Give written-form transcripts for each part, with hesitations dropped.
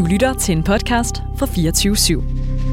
lytter til en podcast fra 24/7.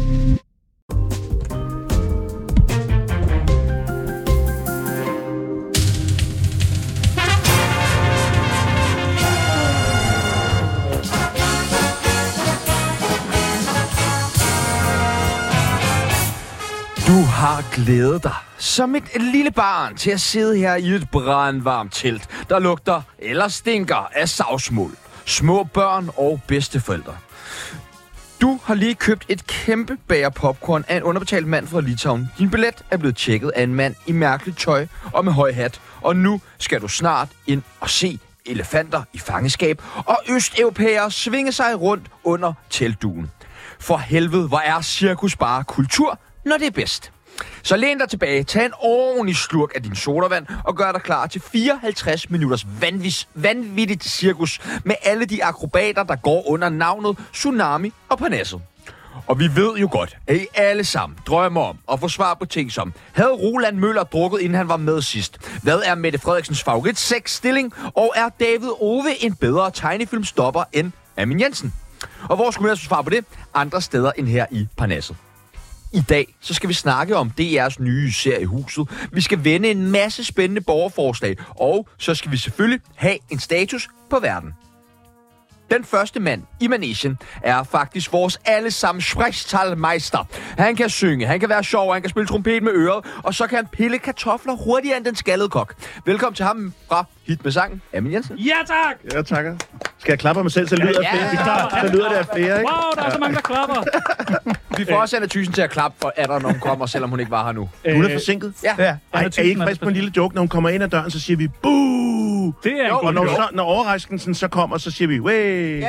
Du har glædet dig som et lille barn til at sidde her i et brandvarmt telt, der lugter eller stinker af savsmuld, små børn og bedsteforældre. Du har lige købt et kæmpe bager popcorn af en underbetalt mand fra Litauen. Din billet er blevet tjekket af en mand i mærkeligt tøj og med høj hat. Og nu skal du snart ind og se elefanter i fangeskab og østeuropæere svinge sig rundt under teltdugen. For helvede, hvor er cirkus bare kultur, når det er bedst. Så læn dig tilbage, tag en ordentlig slurk af din sodavand og gør dig klar til 54 minutters vanvittigt cirkus med alle de akrobater, der går under navnet Tsunami og Parnasset. Og vi ved jo godt, at I alle sammen drømmer om at få svar på ting som: havde Roland Møller drukket, inden han var med sidst? Hvad er Mette Frederiksens favorit sexstilling? Og er David Ove en bedre tegnefilmstopper end Amin Jensen? Og hvor skulle vi ellers få svar på det? Andre steder end her i Parnasset. I dag så skal vi snakke om DR's nye serie Huset. Vi skal vende en masse spændende borgerforslag, og så skal vi selvfølgelig have en status på verden. Den første mand i Manesien er faktisk vores allesammen Sprechtalmeister. Han kan synge, han kan være sjov, han kan spille trompet med øret, og så kan han pille kartofler hurtigere end den skaldede kok. Velkommen til ham fra Hit med sangen, Amin Jensen. Ja, tak! Ja, takker. Skal jeg klappe mig selv, så lyder det flere? Så lyder det af flere, ikke? Wow, der er så mange, der klapper. Vi får også Anna Thyssen til at klappe for Adder, når hun kommer, selvom hun ikke var her nu. Hun er forsinket? Ja. Ej, er I ikke frisk på en lille joke, når hun kommer ind ad døren, så siger vi boo! Det er og når overraskelsen så kommer, så siger vi way!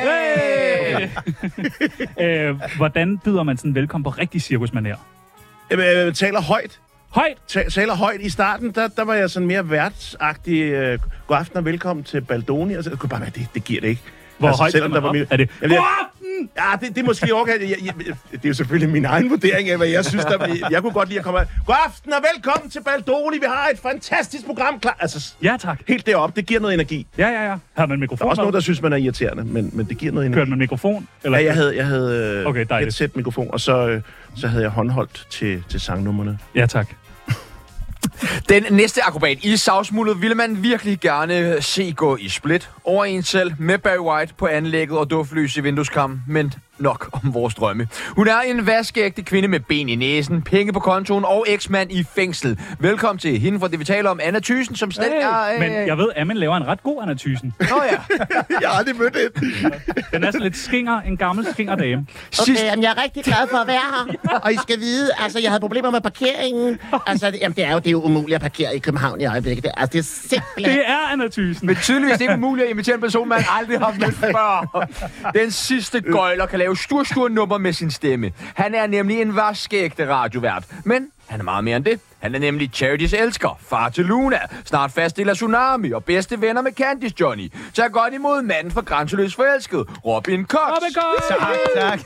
Hvordan byder man sådan velkommen på rigtig cirkusmanér? Jeg taler højt. Højt? Taler højt. I starten, der var jeg sådan mere værtsagtig. God aften og velkommen til Baldoni. Altså, det kunne bare være, det giver det ikke. Hvor højt selvom der var mere... Er det? God aften! Ja, det er måske okay. Det er jo selvfølgelig min egen vurdering af, hvad jeg synes, jeg kunne godt lide at komme af. God aften og velkommen til Baldoni. Vi har et fantastisk program klar. Altså, Ja, tak. helt deroppe. Det giver noget energi. Ja. Har man Der mikrofon? er også nogen, der synes, man er irriterende, men det giver noget energi. Kørte man mikrofon? Eller? Ja, jeg havde Okay, dejligt. et sæt mikrofon, og så havde jeg håndholdt til sangnummerne. Ja, tak. Den næste akrobat i savsmuldet ville man virkelig gerne se gå i split over en selv med Barry White på anlægget og duftlys i vindueskarmen, men nok om vores drømme. Hun er en vaskeægte kvinde med ben i næsen, penge på kontoen og eksmand i fængsel. Velkommen til hende, for det vi taler om, Anna Thyssen, som slet er... Men jeg ved, at Amin laver en ret god Anna Thyssen. Nå ja. Jeg har aldrig mødt det. Den er så lidt en gammel skingerdame. Okay, jamen, jeg er rigtig glad for at være her. Og I skal vide, altså, jeg havde problemer med parkeringen. Altså, det er jo umuligt at parkere i København i øjeblikket. Det er simpelthen... Det er Anna Thyssen. Men tydeligvis ikke umuligt at invitere en person, man aldrig har mødt før. Den sidste gøjler kan lave stor nummer med sin stemme. Han er nemlig en vaskeægte radiovært. Men han er meget mere end det. Han er nemlig Charities elsker, far til Luna, snart fast del af Tsunami og bedste venner med Candice Johnny. Tag godt imod manden for Grænseløs Forelsket, Robin Cox. Tak.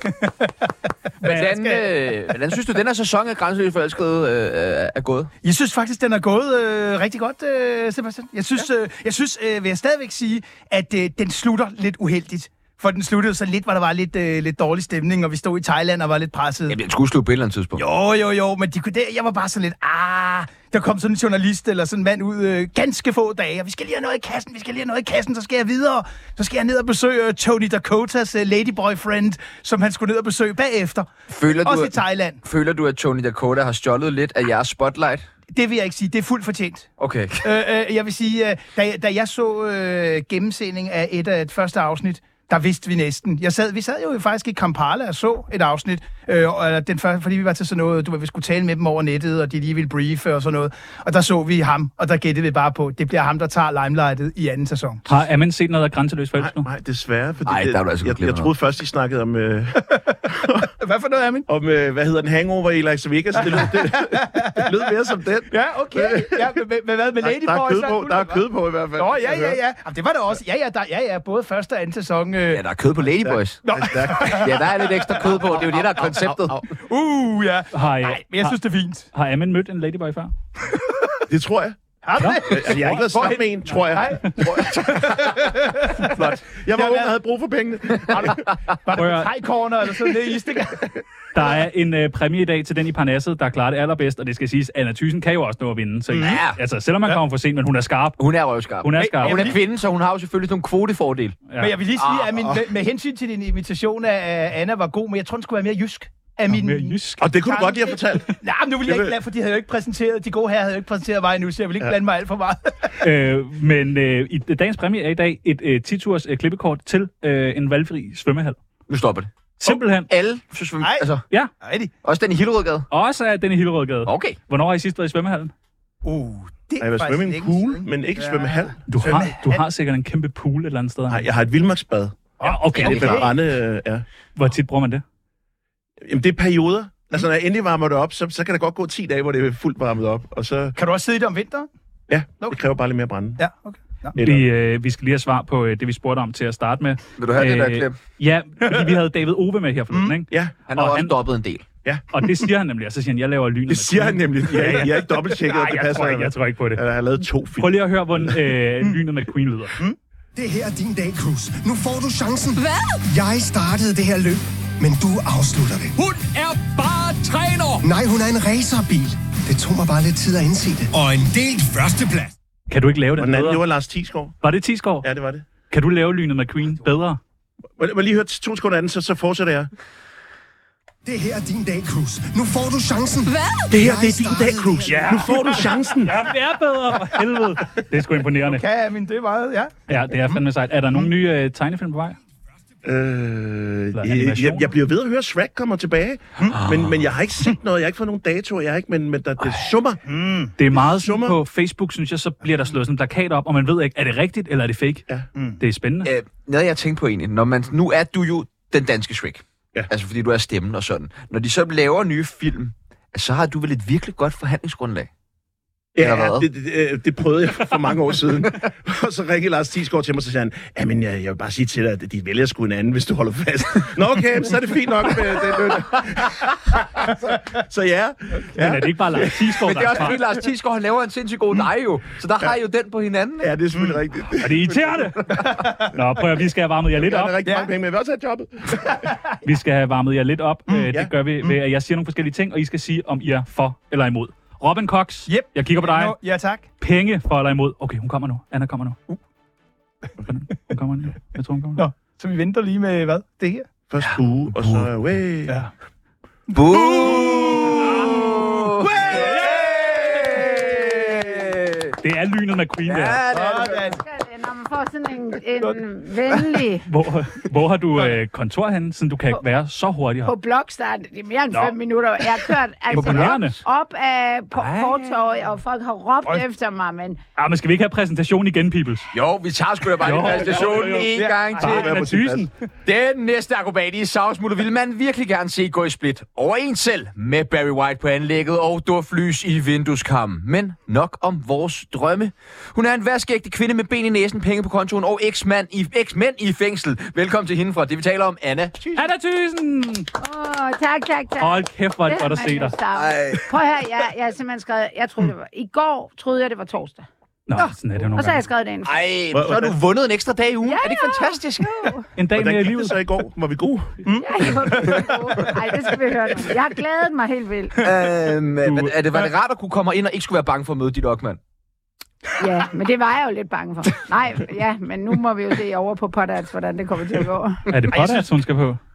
Hvordan synes du, den her sæson af Grænseløs Forelsket er gået? Jeg synes faktisk, den er gået rigtig godt, Sebastian. Jeg synes, vil jeg stadigvæk sige, at den slutter lidt uheldigt. For den sluttede så lidt, hvor der var lidt dårlig stemning, og vi stod i Thailand og var lidt presset. Jamen, den skulle slutte på et eller andet tidspunkt. Jo, men jeg var bare sådan lidt, der kom sådan en journalist eller sådan en mand ud ganske få dage, og vi skal lige have noget i kassen, så skal jeg videre. Så skal jeg ned og besøge Tony Dakotas ladyboyfriend, som han skulle ned og besøge bagefter. Også i Thailand. Føler du, at Tony Dakota har stjålet lidt af jeres spotlight? Det vil jeg ikke sige. Det er fuldt fortjent. Okay. Jeg vil sige, da jeg så gennemsending af et første afsnit, der vidste vi næsten. Vi sad jo faktisk i Kampala og så et afsnit, fordi vi var til sådan noget, vi skulle tale med dem over nettet, og de lige ville briefe og sådan noget. Og der så vi ham, og der gættede vi bare på, det bliver ham, der tager limelightet i anden sæson. Har Amin set noget af Grænseløs Forelsket nu? Nej, desværre. Fordi der er du altså jeg troede først, I snakkede om... Hvad for noget, Amin? Hvad hedder den? Hangover i Las Vegas. Det lød mere som den. Ja, okay. Ja, med hvad? Med Ladyboy? Der er kød på i hvert fald. Nå, ja. Jamen, det var der også. Ja, både første og anden sæson. Ja, der er kød på Ladyboys. Nå. Ja, der er lidt ekstra kød på. Det er jo det, der er konceptet. Ja. Nej, men jeg synes, det er fint. Har Amin mødt en ladyboy før? Det tror jeg. Har du det? Altså, jeg har ikke været sammen med en, tror jeg. Flot. Jeg var ung og havde brug for pengene. Var det med thai-corner eller sådan noget i Istikker? Der er en præmie i dag til den i Parnasset, der klarer det allerbedst, og det skal siges, Anna Thyssen kan jo også nå at vinde. Så altså, selvom man kommer for sent, men hun er skarp. Hun er røvskarp. Hun er skarp. Hun er kvinde, så hun har jo selvfølgelig nogle kvotefordele. Ja. Men jeg vil lige sige, at med hensyn til din imitation af Anna var god, men jeg tror, den skulle være mere jysk. Mere jysk. Og det kunne du godt lige have fortalt. Nej, men nu vil jeg ikke blande, for de havde jo ikke præsenteret, de gode herrer havde jo ikke præsenteret mig endnu, så jeg vil ikke blande mig alt for meget. Men i dagens præmie er i dag et 10-turs klippekort til en valgfri svømmehal. Nu stopper det. Simpelthen. Alle svømmer. Altså, Ja. også den i Hillerødgade. Også er den i Hillerødgade. Okay. Hvornår har I sidst været i svømmehallen? Det Jeg var svømme i en pool, men ikke svømmehal. Du har sikkert en kæmpe pool et eller andet sted. Nej, jeg har et vildmarksbad. Ja, okay. Det er brænde, ja. Hvor tit bruger man det? Jamen, det er perioder. Altså, når jeg endelig varmer det op, så kan der godt gå 10 dage, hvor det er fuldt varmet op. Og så, Kan du også sidde i det om vinteren? ja, det kræver bare lidt mere brænde. Ja, okay. Vi skal lige have svar på det, vi spurgte om til at starte med. Vil du have det der klip? Ja, fordi vi havde David Ove med her forleden, ikke? Ja, Han har Og også han- stoppet en del. Og det siger han nemlig, og så siger han, jeg laver lynet. det siger han nemlig. Jeg er ikke dobbelttjekket, at det Nej, passer. jeg tror ikke på det. Jeg har lavet 2 film. Prøv lige at høre, hvordan lynet med Queen lyder. Det her er din dag, Cruz. Nu får du chancen. Hvad? Jeg startede det her løb, men du afslutter det. Hun er bare træner! Nej, hun er en racerbil. Det tog mig bare lidt tid at indse det. Og en delt førsteplads. Kan du ikke lave den Og den anden, det bedre? var Lars Thiesgaard. Var det Tisgaard? Ja, det var det. Kan du lave lynet med Queen bedre? Må jeg lige høre 2 sekunder anden, så fortsætter jeg. Det her er din dag, Cruz. Nu får du chancen. Hvad? Det her, det er din dag, Cruz. Ja. Nu får du chancen. Ja, det er bedre, for helvede. Det er sgu imponerende. Men det er meget, ja. Ja, det er fandme sejt. Er der nogle nye tegnefilm på vej? animation. Jeg bliver ved at høre, at Shrek kommer tilbage. Men jeg har ikke set noget. Jeg har ikke fået nogen datoer. Jeg har ikke, men det summer. Det er meget sådan Summer. på Facebook, synes jeg, så bliver der slået sådan en plakat op, og man ved ikke, er det rigtigt, eller er det fake? Ja. Det er spændende. Noget, jeg tænkte på egentlig, når man, nu er du jo den danske Shrek. Ja. Altså, fordi du er stemmen og sådan. Når de så laver nye film, så har du vel et virkelig godt forhandlingsgrundlag? Ja, det prøvede jeg for mange år siden. Og så ringede Lars Thiesgaard til mig, og så sagde han, jamen, jeg vil bare sige til dig, at de vælger sgu en anden, hvis du holder fast. Nå, okay, så er det fint nok med det løn. så ja. Men er det ikke bare Lars Thiesgaard, Men det er også fordi, Lars Thiesgaard, han laver en sindssygt god leg jo. Så der har I jo den på hinanden, ikke? Ja, det er selvfølgelig rigtigt. Og det er irriterende. Nå, prøv at vi skal have varmet jer lidt Jeg op. har rigtig mange penge, men jeg vil også have jobbet. Vi skal have varmet jer lidt op. Det ja. gør vi ved, at jeg siger nogle forskellige ting, og I skal sige, om I er for eller imod. Robin Cox, Yep. jeg kigger på dig. Ja, tak. Penge for eller imod. Okay, hun kommer nu. Anna kommer nu. Hun kommer nu. Jeg tror, hun kommer nu. Nå, så vi venter lige med, hvad? Det her? Først bue, og så way. Ja. Det er lynet med Queen der. Når man får sådan en venlig Hvor har du kontor henne, så du kan være så hurtigt på her? Blokstart, det er mere end 5 minutter. Jeg har kørt Imponerende. op af fortorvet, og folk har råbt efter mig, men Men skal vi ikke have præsentation igen, peoples? Jo, vi tager sgu da bare en præsentation en gang til. Anna Thyssen. Den næste akrobat i savsmulder vil man virkelig gerne se gå i split. Overens selv med Barry White på anlægget og duftlys i vindueskarmen. Men nok om vores drømme. Hun er en vaskægte kvinde med ben i næsen, penge på kontoen og eksmænd i fængsel. Velkommen til hende fra det, vi taler om, Anna Thyssen. Anna Thyssen! tak. Hold kæft, hvor er det godt at se dig. Prøv at høre, jeg har simpelthen skrevet, i går troede jeg, det var torsdag. Nå, sådan er det jo nogle Og så har gange. jeg skrevet dagen. Ej, så har du vundet en ekstra dag i ugen. Ja, Er det ikke fantastisk? En dag Hvordan mere i gik livet. det så i går? Var vi gode? Nej, det skal vi høre nu. Jeg har glædet mig helt vildt. Var det rart at kunne komme ind og ikke skulle være bange for at møde dit okmand? Ja, men det var jeg jo lidt bange for. Nej, ja, men nu må vi jo se over på Potats, hvordan det kommer til at gå. Er det Potats, hun skal på?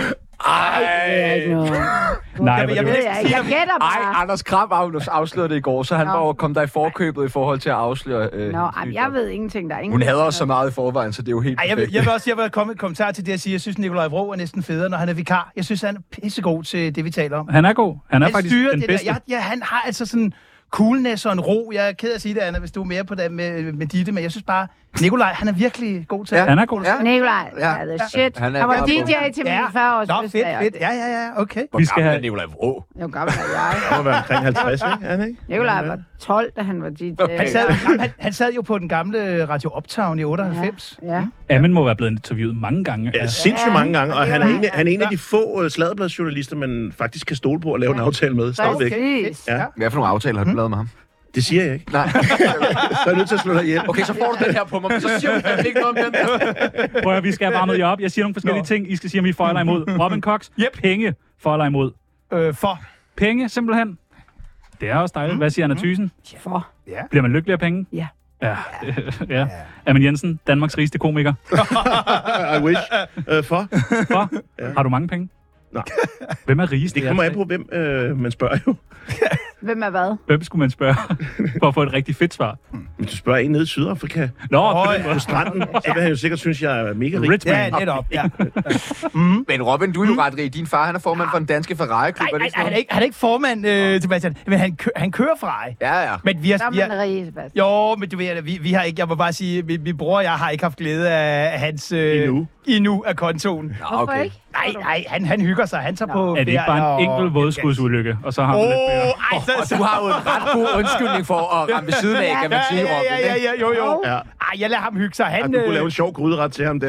Nej, Jeg vil ikke Jeg gætter bare. Anders Kram afslørede det i går, så han var jo kommet der i forkøbet i forhold til at afsløre... Jeg ved ingenting, der er ingen. Hun hader os så meget i forvejen, så det er jo helt Jeg perfekt. vil også komme et kommentar til det at sige, jeg synes, Nikolaj Vrå er næsten federe, når han er vikar. Jeg synes, han er pissegod til det, vi taler om. Han er god. Han er faktisk styrer den det bedste. der. Han har altså sådan coolness og en ro. Jeg er ked af at sige det, Anna, hvis du er mere på det med Ditte, men jeg synes bare, Nikolaj, han er virkelig god til det. Han er god. Ja. Nikolaj, Ja. the shit. Han er Han var bare DJ til min 40-års Nå, fødselsdag. fedt. Ja, okay. Vi skal have... Nikolaj Vrå. Det var gammel af jeg. Det må være omkring 50, ikke? Er det ikke? Nikolaj var 12, da han var DJ. Han sad jo på den gamle Radio Uptown i 98. Ja. Amen må være blevet interviewet mange gange. Ja, sindssygt mange gange, og han er en af de få sladderbladsjournalister, man faktisk kan stole på at lave en aftale med. Stadigvæk. Præcis. Ja. Hvad for nogle aftaler har du lavet med ham? Det siger jeg ikke. Nej. Så er jeg nødt til at slå dig ihjel. Okay, så får du den her på mig, men så siger du ikke noget om den der. Prøv at vi skal have varmet jer op. Jeg siger nogle forskellige ting. I skal sige, om I for eller imod. Robin Cox, penge for eller imod. For. Penge, simpelthen. Det er også dejligt. Hvad siger Anna Thyssen? For. Ja. Bliver man lykkelig af penge? Ja. Ja. Amin Jensen, Danmarks rigeste komiker. I wish. For? Ja. Har du mange penge? Nej. Hvem er rigest? Det kommer an på, hvem man spørger jo. Hvem er hvad? Hvem skulle man spørge for at få et rigtig fedt svar? Men du spørger en nede i Sydafrika. Nå, på stranden. Så vil han jo sikkert synes, jeg er mega rig. Rich man. Ja, netop. Ja. Men Robin, du er jo ret rig. Din far, han er formand for den danske Ferrari-klub. Nej, han er ikke formand, Sebastian. Men han kører Ferrari. Ja. Men vi har... Der er man rig, Sebastian. Jo, men du ved, vi har ikke... Jeg må bare sige, min bror og jeg har ikke haft glæde af hans... Endnu af kontoen. Hvorfor ikke? Nej, han hygger sig. Han tager på... Er det ikke bare en enkelt vådskudsulykke, og så har han lidt mere? Og du har jo en ret god undskyldning for at ramme ved siden af, kan man sige, Robin. Ja, jo. Ja. Jeg lader ham hygge sig. Han du kunne lave en sjov gryderet til ham der.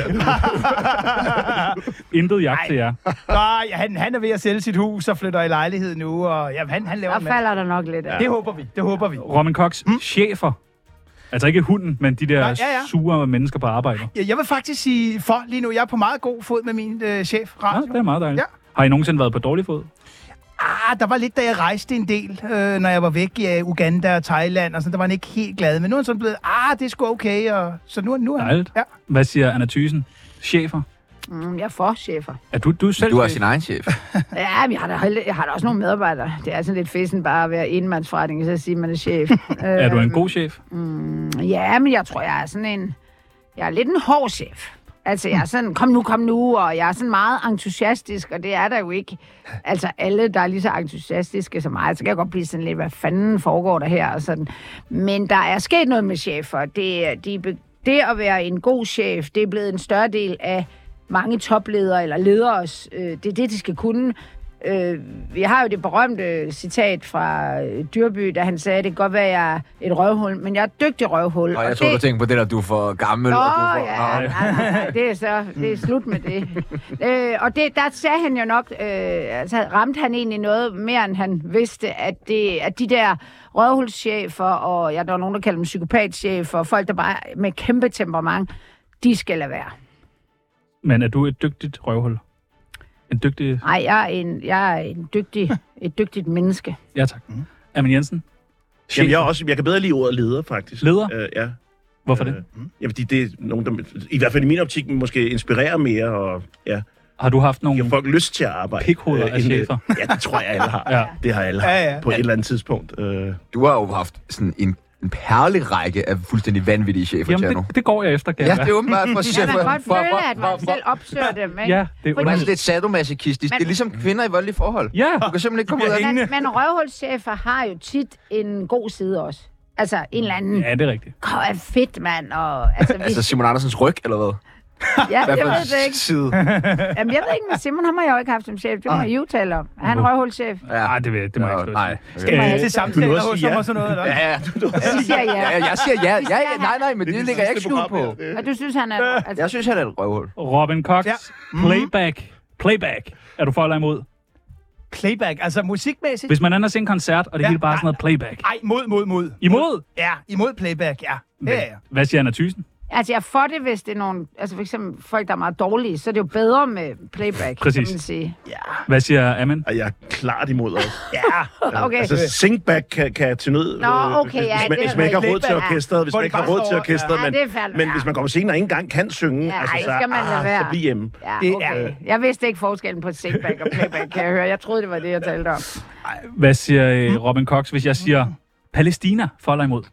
Intet jagt til jer. Nej, han er ved at sælge sit hus og flytter i lejlighed nu, og han laver... Der falder der nok lidt af. Det håber vi. Robin Cox, chefer. Altså ikke hunden, men de der sure mennesker på arbejde. Jeg vil faktisk sige for lige nu. Jeg er på meget god fod med min chef. Ja, det er meget dejligt. Ja. Har I nogensinde været på dårlig fod? Der var lidt, da jeg rejste en del, når jeg var væk i Uganda og Thailand, og sådan, der var han ikke helt glad. Men nu er han sådan blevet, det er sgu okay, og så nu er han... Ja. Hvad siger Anna Thyssen? Chefer? Jeg er for chefer. Er du selv Du er sin egen chef. Ja, men jeg har da også nogle medarbejdere. Det er sådan lidt festen bare at være enmandsforretning, så siger man er chef. Er du en god chef? Ja, men jeg tror, jeg er sådan en... Jeg er lidt en hård chef. Altså, jeg er sådan, kom nu, og jeg er sådan meget entusiastisk, og det er der jo ikke. Altså, alle, der er lige så entusiastiske som mig, så kan jeg godt blive sådan lidt, hvad fanden foregår der her, og sådan. Men der er sket noget med chefer. Det at være en god chef, det er blevet en større del af mange topledere eller leders. Det er det, de skal kunne. Vi har jo det berømte citat fra Dyrby, da han sagde, det kan godt være, at jeg er et røvhul, men jeg er et dygtig røvhul. Og jeg tror, du tænker på det der, du er for gammel. Nej, det er slut med det. Og der sagde han jo nok, ramte han egentlig noget mere, end han vidste, at de der røvhulschefer, og der var nogen, der kalder dem psykopatchefer, og folk, der bare med kæmpe temperament, de skal lade være. Men er du et dygtigt røvhul? En dygtig... Nej, jeg er et dygtigt menneske. Ja, tak. Amin Jensen? Jamen, jeg kan bedre lide ordet leder, faktisk. Leder? Ja. Hvorfor det? Jamen, fordi det er nogen, der i hvert fald i min optik måske inspirerer mere, og ja. Har du haft nogle... Giver folk lyst til at arbejde? Pikhoveder af chefer? Ja, det tror jeg, alle har. Ja. Det har alle haft på et eller andet tidspunkt. Du har jo haft sådan en perlerække af fuldstændig vanvittige chefer, Tjerno. Det går jeg efter, kan jeg. Ja, det er åbenbart for chefer. Man kan godt føle, at man selv opsøger dem, ikke? Ja, det er lidt sadomasochistisk. Det er ligesom kvinder i voldelige forhold. Ja. Du kan simpelthen ikke komme ud af det. Men røvhulschefer har jo tit en god side også. Altså en eller anden... Ja, det er rigtigt. Er fedt, mand. Og, altså Simon Andersens ryg, eller hvad? Ja, jeg ved det ikke. Side? Jamen, jeg ved ikke, men Simon, ham har jeg jo ikke haft som chef. Det må I jo tale om. Er han røvhulschef? Ja, det må jeg ikke. Nej. Skal man til samtaler hos ham og sådan noget, eller? Ja, Du siger ja. Jeg siger ja. Nej, men det ligger jeg ikke skjult på. Og du synes, han er... Altså... Jeg synes, han er et røvhul. Robin Cox, Playback. Er du for eller imod? Playback, altså musikmæssigt? Hvis man ender til en koncert, og det hele bare sådan noget playback. Nej, mod. Imod? Ja, imod playback, ja. Det er jeg. Hvad siger Anna Thyssen? Altså, jeg får det, hvis det er nogle... Altså, for eksempel folk, der er meget dårlige, så er det jo bedre med playback, præcis, kan man sige. Ja. Hvad siger Amin? Jeg er klart imod også. Okay. Altså, singback kan til nød... hvis man ikke har råd til orkestret, hvis man ikke har råd til orkestret, men hvis man går på scenen og ikke engang kan synge, så bliv hjemme. Ja, okay. Jeg vidste ikke forskellen på singback og playback, kan jeg høre. Jeg troede, det var det, jeg talte om. Hvad siger Robin Cox, hvis jeg siger Palæstina for eller imod?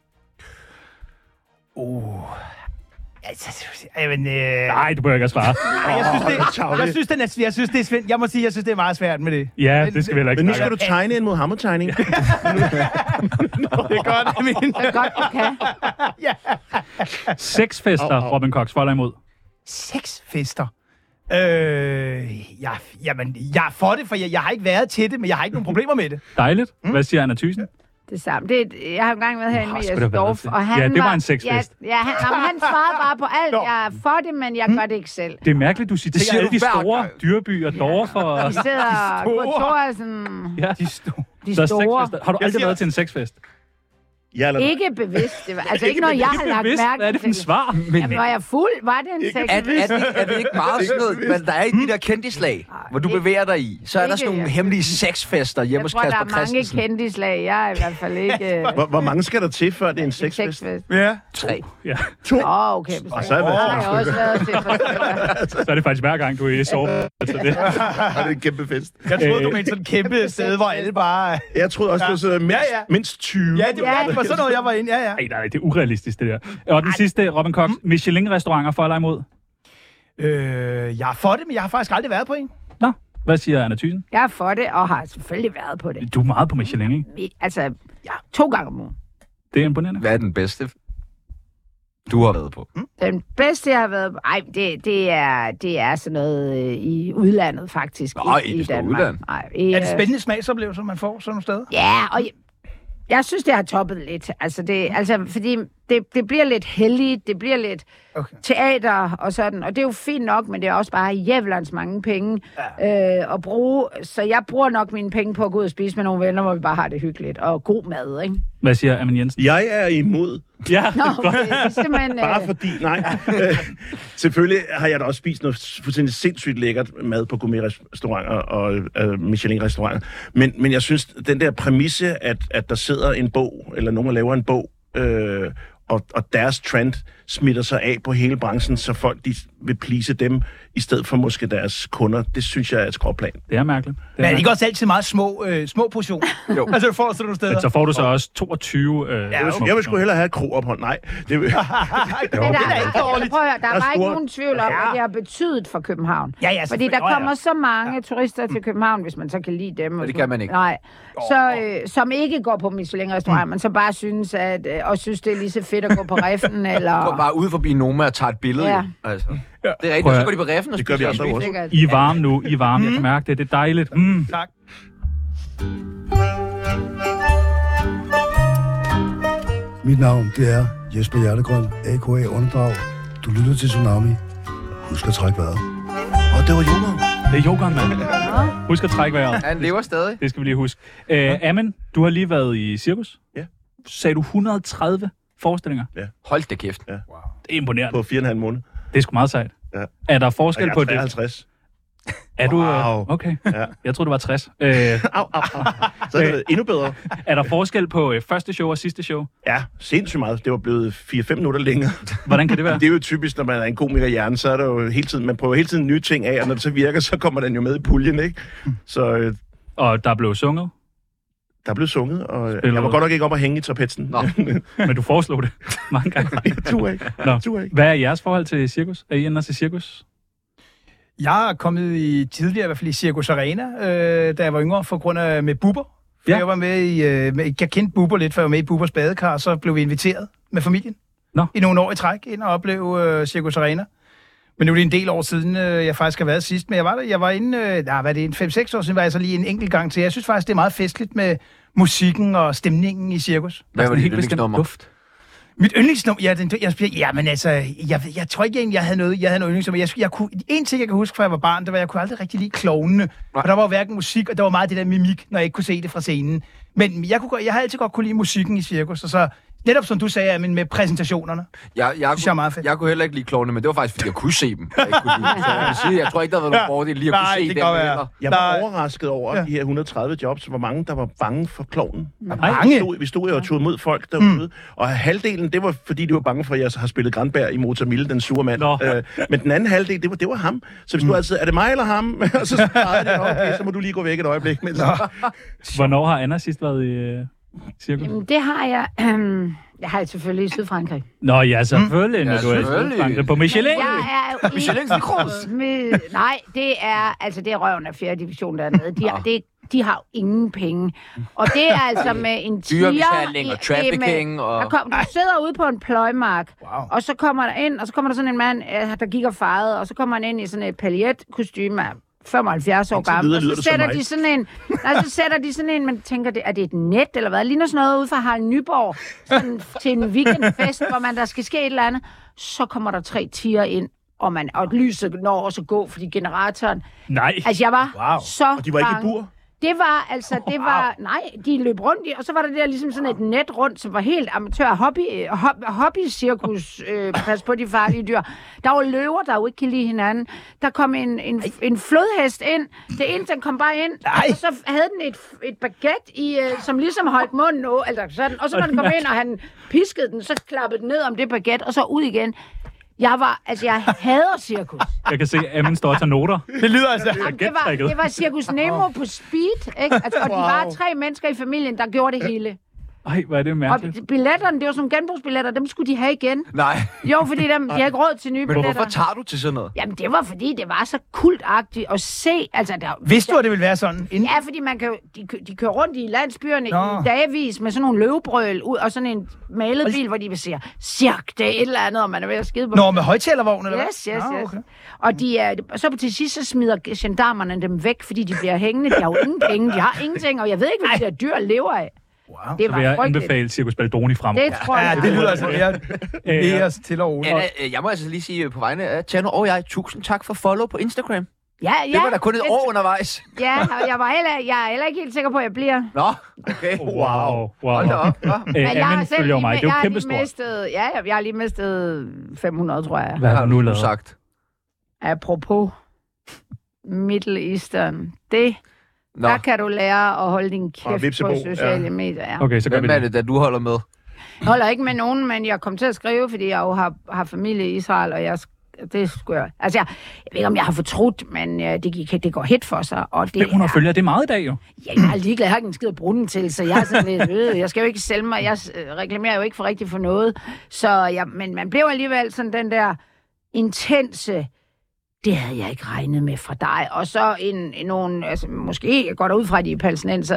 Nej, du bør ikke at svare. Jeg synes, det er svært. Jeg må sige, jeg synes, det er meget svært med det. Ja, det skal vi heller ikke. Men nu skal du tegne en Mohammed-tegning. Det er godt, Amin. Det er godt, du kan. Sexfester, Robin Cox, for eller imod? Sexfester? Jamen, jeg er for det, for jeg har ikke været til det, men jeg har ikke nogen problemer med det. Dejligt. Hvad siger Anna Thyssen? Det samme. Jeg har engang været herinde med Jes Dorf, og han det var en sexfest. Han svarede bare på alt. Jeg er for det, men jeg gør det ikke selv. Det er mærkeligt, du citerer alle de store Dyrby og Dorf og... De sidder på Thorsen. Ja, de store. Har du aldrig været til en sexfest? Ja eller nej? Ikke bevidst. Det var, altså ikke noget, jeg har lagt mærke til. Hvad er det for en svar? Jamen, var jeg fuld? Var det en sexfest? Er det ikke meget sådan noget, men der er i de der kendislag, hvor du bevæger dig i, så er der sådan nogle hemmelige sexfester hjemme hos Kasper Christensen. Jeg tror, der er mange kendislag. Jeg er i hvert fald ikke... Hvor mange skal der til, før det er en sexfest? Ja. 3. Ja. 2? Okay. Og så har jeg også været til Så er det faktisk hver gang, du er i sove. Altså det. det er en kæmpe fest. Jeg troede, du mente sådan et kæmpe sted, hvor alle bare... Jeg troede også, det var så mindst 20. Ja, det var sådan noget, jeg var inde. Ja. Nej, det er urealistisk, det der. Og den sidste, Robin Cox, Michelin-restauranter for eller imod? Jeg er for det, men jeg har faktisk aldrig været på en. Nå, hvad siger Anna Thyssen? Jeg er for det, og har selvfølgelig været på det. Du er meget på Michelin, ikke? Altså, 2 gange om ugen. Det er imponerende. Hvad er den bedste, du har været på? Den bedste, jeg har været på... Ej, det er sådan noget i udlandet, faktisk. Nå, i Danmark. Udland. Ej, Er det spændende smagsoplevelser, man får sådan nogle steder? Ja, og jeg synes, det har toppet lidt. Fordi det bliver lidt heldigt, det bliver lidt teater og sådan, og det er jo fint nok, men det er også bare jævlens mange penge at bruge. Så jeg bruger nok mine penge på at gå ud og spise med nogle venner, hvor vi bare har det hyggeligt og god mad, ikke? Hvad siger Amin Jensen? Jeg er imod. Ja. Nå, okay, det er simpelthen... Bare fordi, nej. Selvfølgelig har jeg da også spist noget fuldstændig sindssygt lækkert mad på gourmet-restauranter og Michelin-restauranter. Men jeg synes, den der præmisse, at der sidder en bog, eller nogen laver en bog, og deres trend smitter sig af på hele branchen, så folk de vil please dem, i stedet for måske deres kunder. Det synes jeg er et skråplan. Det er mærkeligt. Men er det ikke også altid meget små portioner? Jo. Altså, du får sådan nogle steder. Men så får du så også 22... Jeg vil sgu hellere have et kroophold. Nej. Det Men der er bare ikke nogen tvivl om, at det har betydet for København. Ja, fordi der kommer så mange turister til København, hvis man så kan lide dem. Det kan man ikke. Nej. Som ikke går på Michelin-restaurant, men så bare synes, og synes, det er lige så fedt at gå på Reffen, eller... Går bare ud forbi Noma og tager et billede. Ja. Altså. Det er rigtigt, så går de på Reffen og det gør vi også. I er varme nu, I er varme. Jeg kan mærke det. Det er dejligt. Tak. Mit navn, det er Jesper Hjertegrøn, a.k.a. Underdrag. Du lytter til Tsunami. Husk at trække vejret. Og det var yoghurt. Det er yoghurt, mand. Husk at trække vejret. Han lever stadig. Det skal vi lige huske. Amen, du har lige været i cirkus. Ja. Sagde du 130 forestillinger? Ja. Hold da kæft. Ja. Det er imponerende. På 4,5 måneder. Det er sgu meget sejt. Ja. Er der forskel på det? 53. Er du... Wow. Okay. Ja. Jeg troede, det var 60. Så er det endnu bedre. Er der forskel på første show og sidste show? Ja, sindssygt meget. Det var blevet 4-5 minutter længere. Hvordan kan det være? Det er jo typisk, når man er en komikerhjerne, så er der jo hele tiden, man prøver hele tiden nye ting af, og når det så virker, så kommer den jo med i puljen, ikke? Så og der blev sunget? Der blev sunget, og jeg var godt nok ikke op at hænge i trapetsen. Men du foreslog det mange gange. Jeg turde ikke. Hvad er jeres forhold til cirkus? Er I ender til cirkus? Jeg er kommet tidligere i hvert fald i Circus Arena, da jeg var yngre, for grund af med Bubber. Ja. Jeg var med jeg kendte Bubber lidt, for jeg var med i Bubbers badekar, og så blev vi inviteret med familien i nogle år i træk ind og opleve Circus Arena. Men nu er det en del år siden, jeg faktisk har været sidst, men jeg var inde, hvad det er, 5-6 år siden, var jeg så lige en enkelt gang til. Jeg synes faktisk, det er meget festligt med musikken og stemningen i cirkus. Hvad var det helt bestemt duft? Mit yndlingsnummer, men altså, jeg tror ikke egentlig, jeg havde noget yndlingsnummer. En ting, jeg kan huske, fra jeg var barn, det var, at jeg kunne aldrig rigtig lide klovnene. Og der var hverken musik, og der var meget det der mimik, når jeg ikke kunne se det fra scenen. Men jeg har altid godt kunne lide musikken i cirkus, og så netop som du sagde, men med præsentationerne. Jeg kunne heller ikke lide klovnene, men det var faktisk, fordi jeg kunne se dem. Jeg tror ikke, der var noget fordel lige at kunne se dem. Jeg var overrasket over de her 130 jobs, hvor mange der var bange for klovnen. Vi stod jo og tog imod folk derude, og halvdelen, det var fordi, de var bange for, at jeg har spillet Granberg i Motor Mille, den sure mand. Men den anden halvdel, det var ham. Så hvis du altid, er det mig eller ham? Og så svarede de, okay, så må du lige gå væk et øjeblik. Hvornår har Anna sidst været i cirkus? Jamen, det har jeg... Jeg har selvfølgelig i Sydfrankrig. Nå ja, selvfølgelig. Når du er i Sydfrankrig på Michelin. Jeg er Michelin. Nej, det er røven af 4. division dernede. De har jo ingen penge. Og det er altså med en tiger... Dyremishandling og trafficking og... Du sidder ude på en pløjmark, og så kommer der ind, og så kommer der sådan en mand, der gik og fejede, og så kommer han ind i sådan et paljetkostyme af 75 år gammel, og så sætter de sådan en, man tænker, er det et net, eller hvad? Ligner sådan noget ude fra Harald Nyborg, sådan til en weekendfest, hvor der skal ske et eller andet. Så kommer der 3 tiger ind, og lyset når også gå, fordi generatoren... Nej. Altså, jeg var så og de var ikke i bur? Det var, de løb rundt i, og så var der der ligesom sådan et net rundt, som var helt amatør hobby-cirkus, pas på de farlige dyr. Der var løver, der jo ikke kan lide hinanden. Der kom en flodhest ind. Det ene, den kom bare ind, og så havde den et baguette i, som ligesom holdt munden altså sådan, og så når den kom ind, og han piskede den, så klappede den ned om det baguette, og så ud igen. Jeg hader cirkus. Jeg kan se, at Amin står og tager noter. Det lyder altså... Det var Cirkus Nemo på speed, ikke? Altså, og de var 3 mennesker i familien, der gjorde det hele. Ej, hvor er det mærkeligt. Og billetterne, det var sådan genbrugsbilletter, dem skulle de have igen. Nej. Jo, fordi de havde ikke råd til nye billetter. Men hvorfor tager du til sådan noget? Jamen, det var fordi, det var så kultagtigt at se. Altså, vidste du, at det ville være sådan? Ja, fordi man kan de kører rundt i landsbyerne i dagvis med sådan nogle løvebrøl ud, og sådan en malet bil, hvor de vil sige, cirk, det er et eller andet, og man er ved at skide på. Nå, med højtalervogn, eller hvad? Yes. Okay. Og så til sidst, så smider gendarmerne dem væk, fordi de bliver hængende. De har jo ingen penge, de har ingenting, og jeg ved ikke, hvad de der dyr lever af. Wow. Det var så vil jeg anbefale Cirkus Baldoni fremover. Det tror jeg. Ja, det lyder altså mere til og roligt. Jeg må altså lige sige på vegne af Tjerno og jeg, tusind tak for follow på Instagram. Ja. Det var da kun et år undervejs. Ja, og jeg er heller ikke helt sikker på, at jeg bliver. Nå, okay. Wow. Hold da op. Amin følger mig. Det er jo kæmpestort. Jeg har lige mistet 500, tror jeg. Hvad har du nu lavet? Sagt? Apropos Middle Eastern. Der kan du lære at holde din kæft på sociale medier. Ja. Okay, så hvem er det, du holder med? Jeg holder ikke med nogen, men jeg kom til at skrive, fordi jeg jo har familie i Israel, og det skulle jeg... Altså, jeg ved ikke, om jeg har fortrudt, men det går hit for sig. Og det 500 følgere, det er meget i dag, jo. Ja, jeg er ligeglad, jeg har ikke en skid at bruge den til, så jeg er sådan lidt... jeg skal jo ikke sælge mig, jeg reklamerer jo ikke for rigtigt for noget. Men man blev alligevel sådan den der intense... Det havde jeg ikke regnet med fra dig. Og så nogle, altså måske går der ud fra de palæstinenser,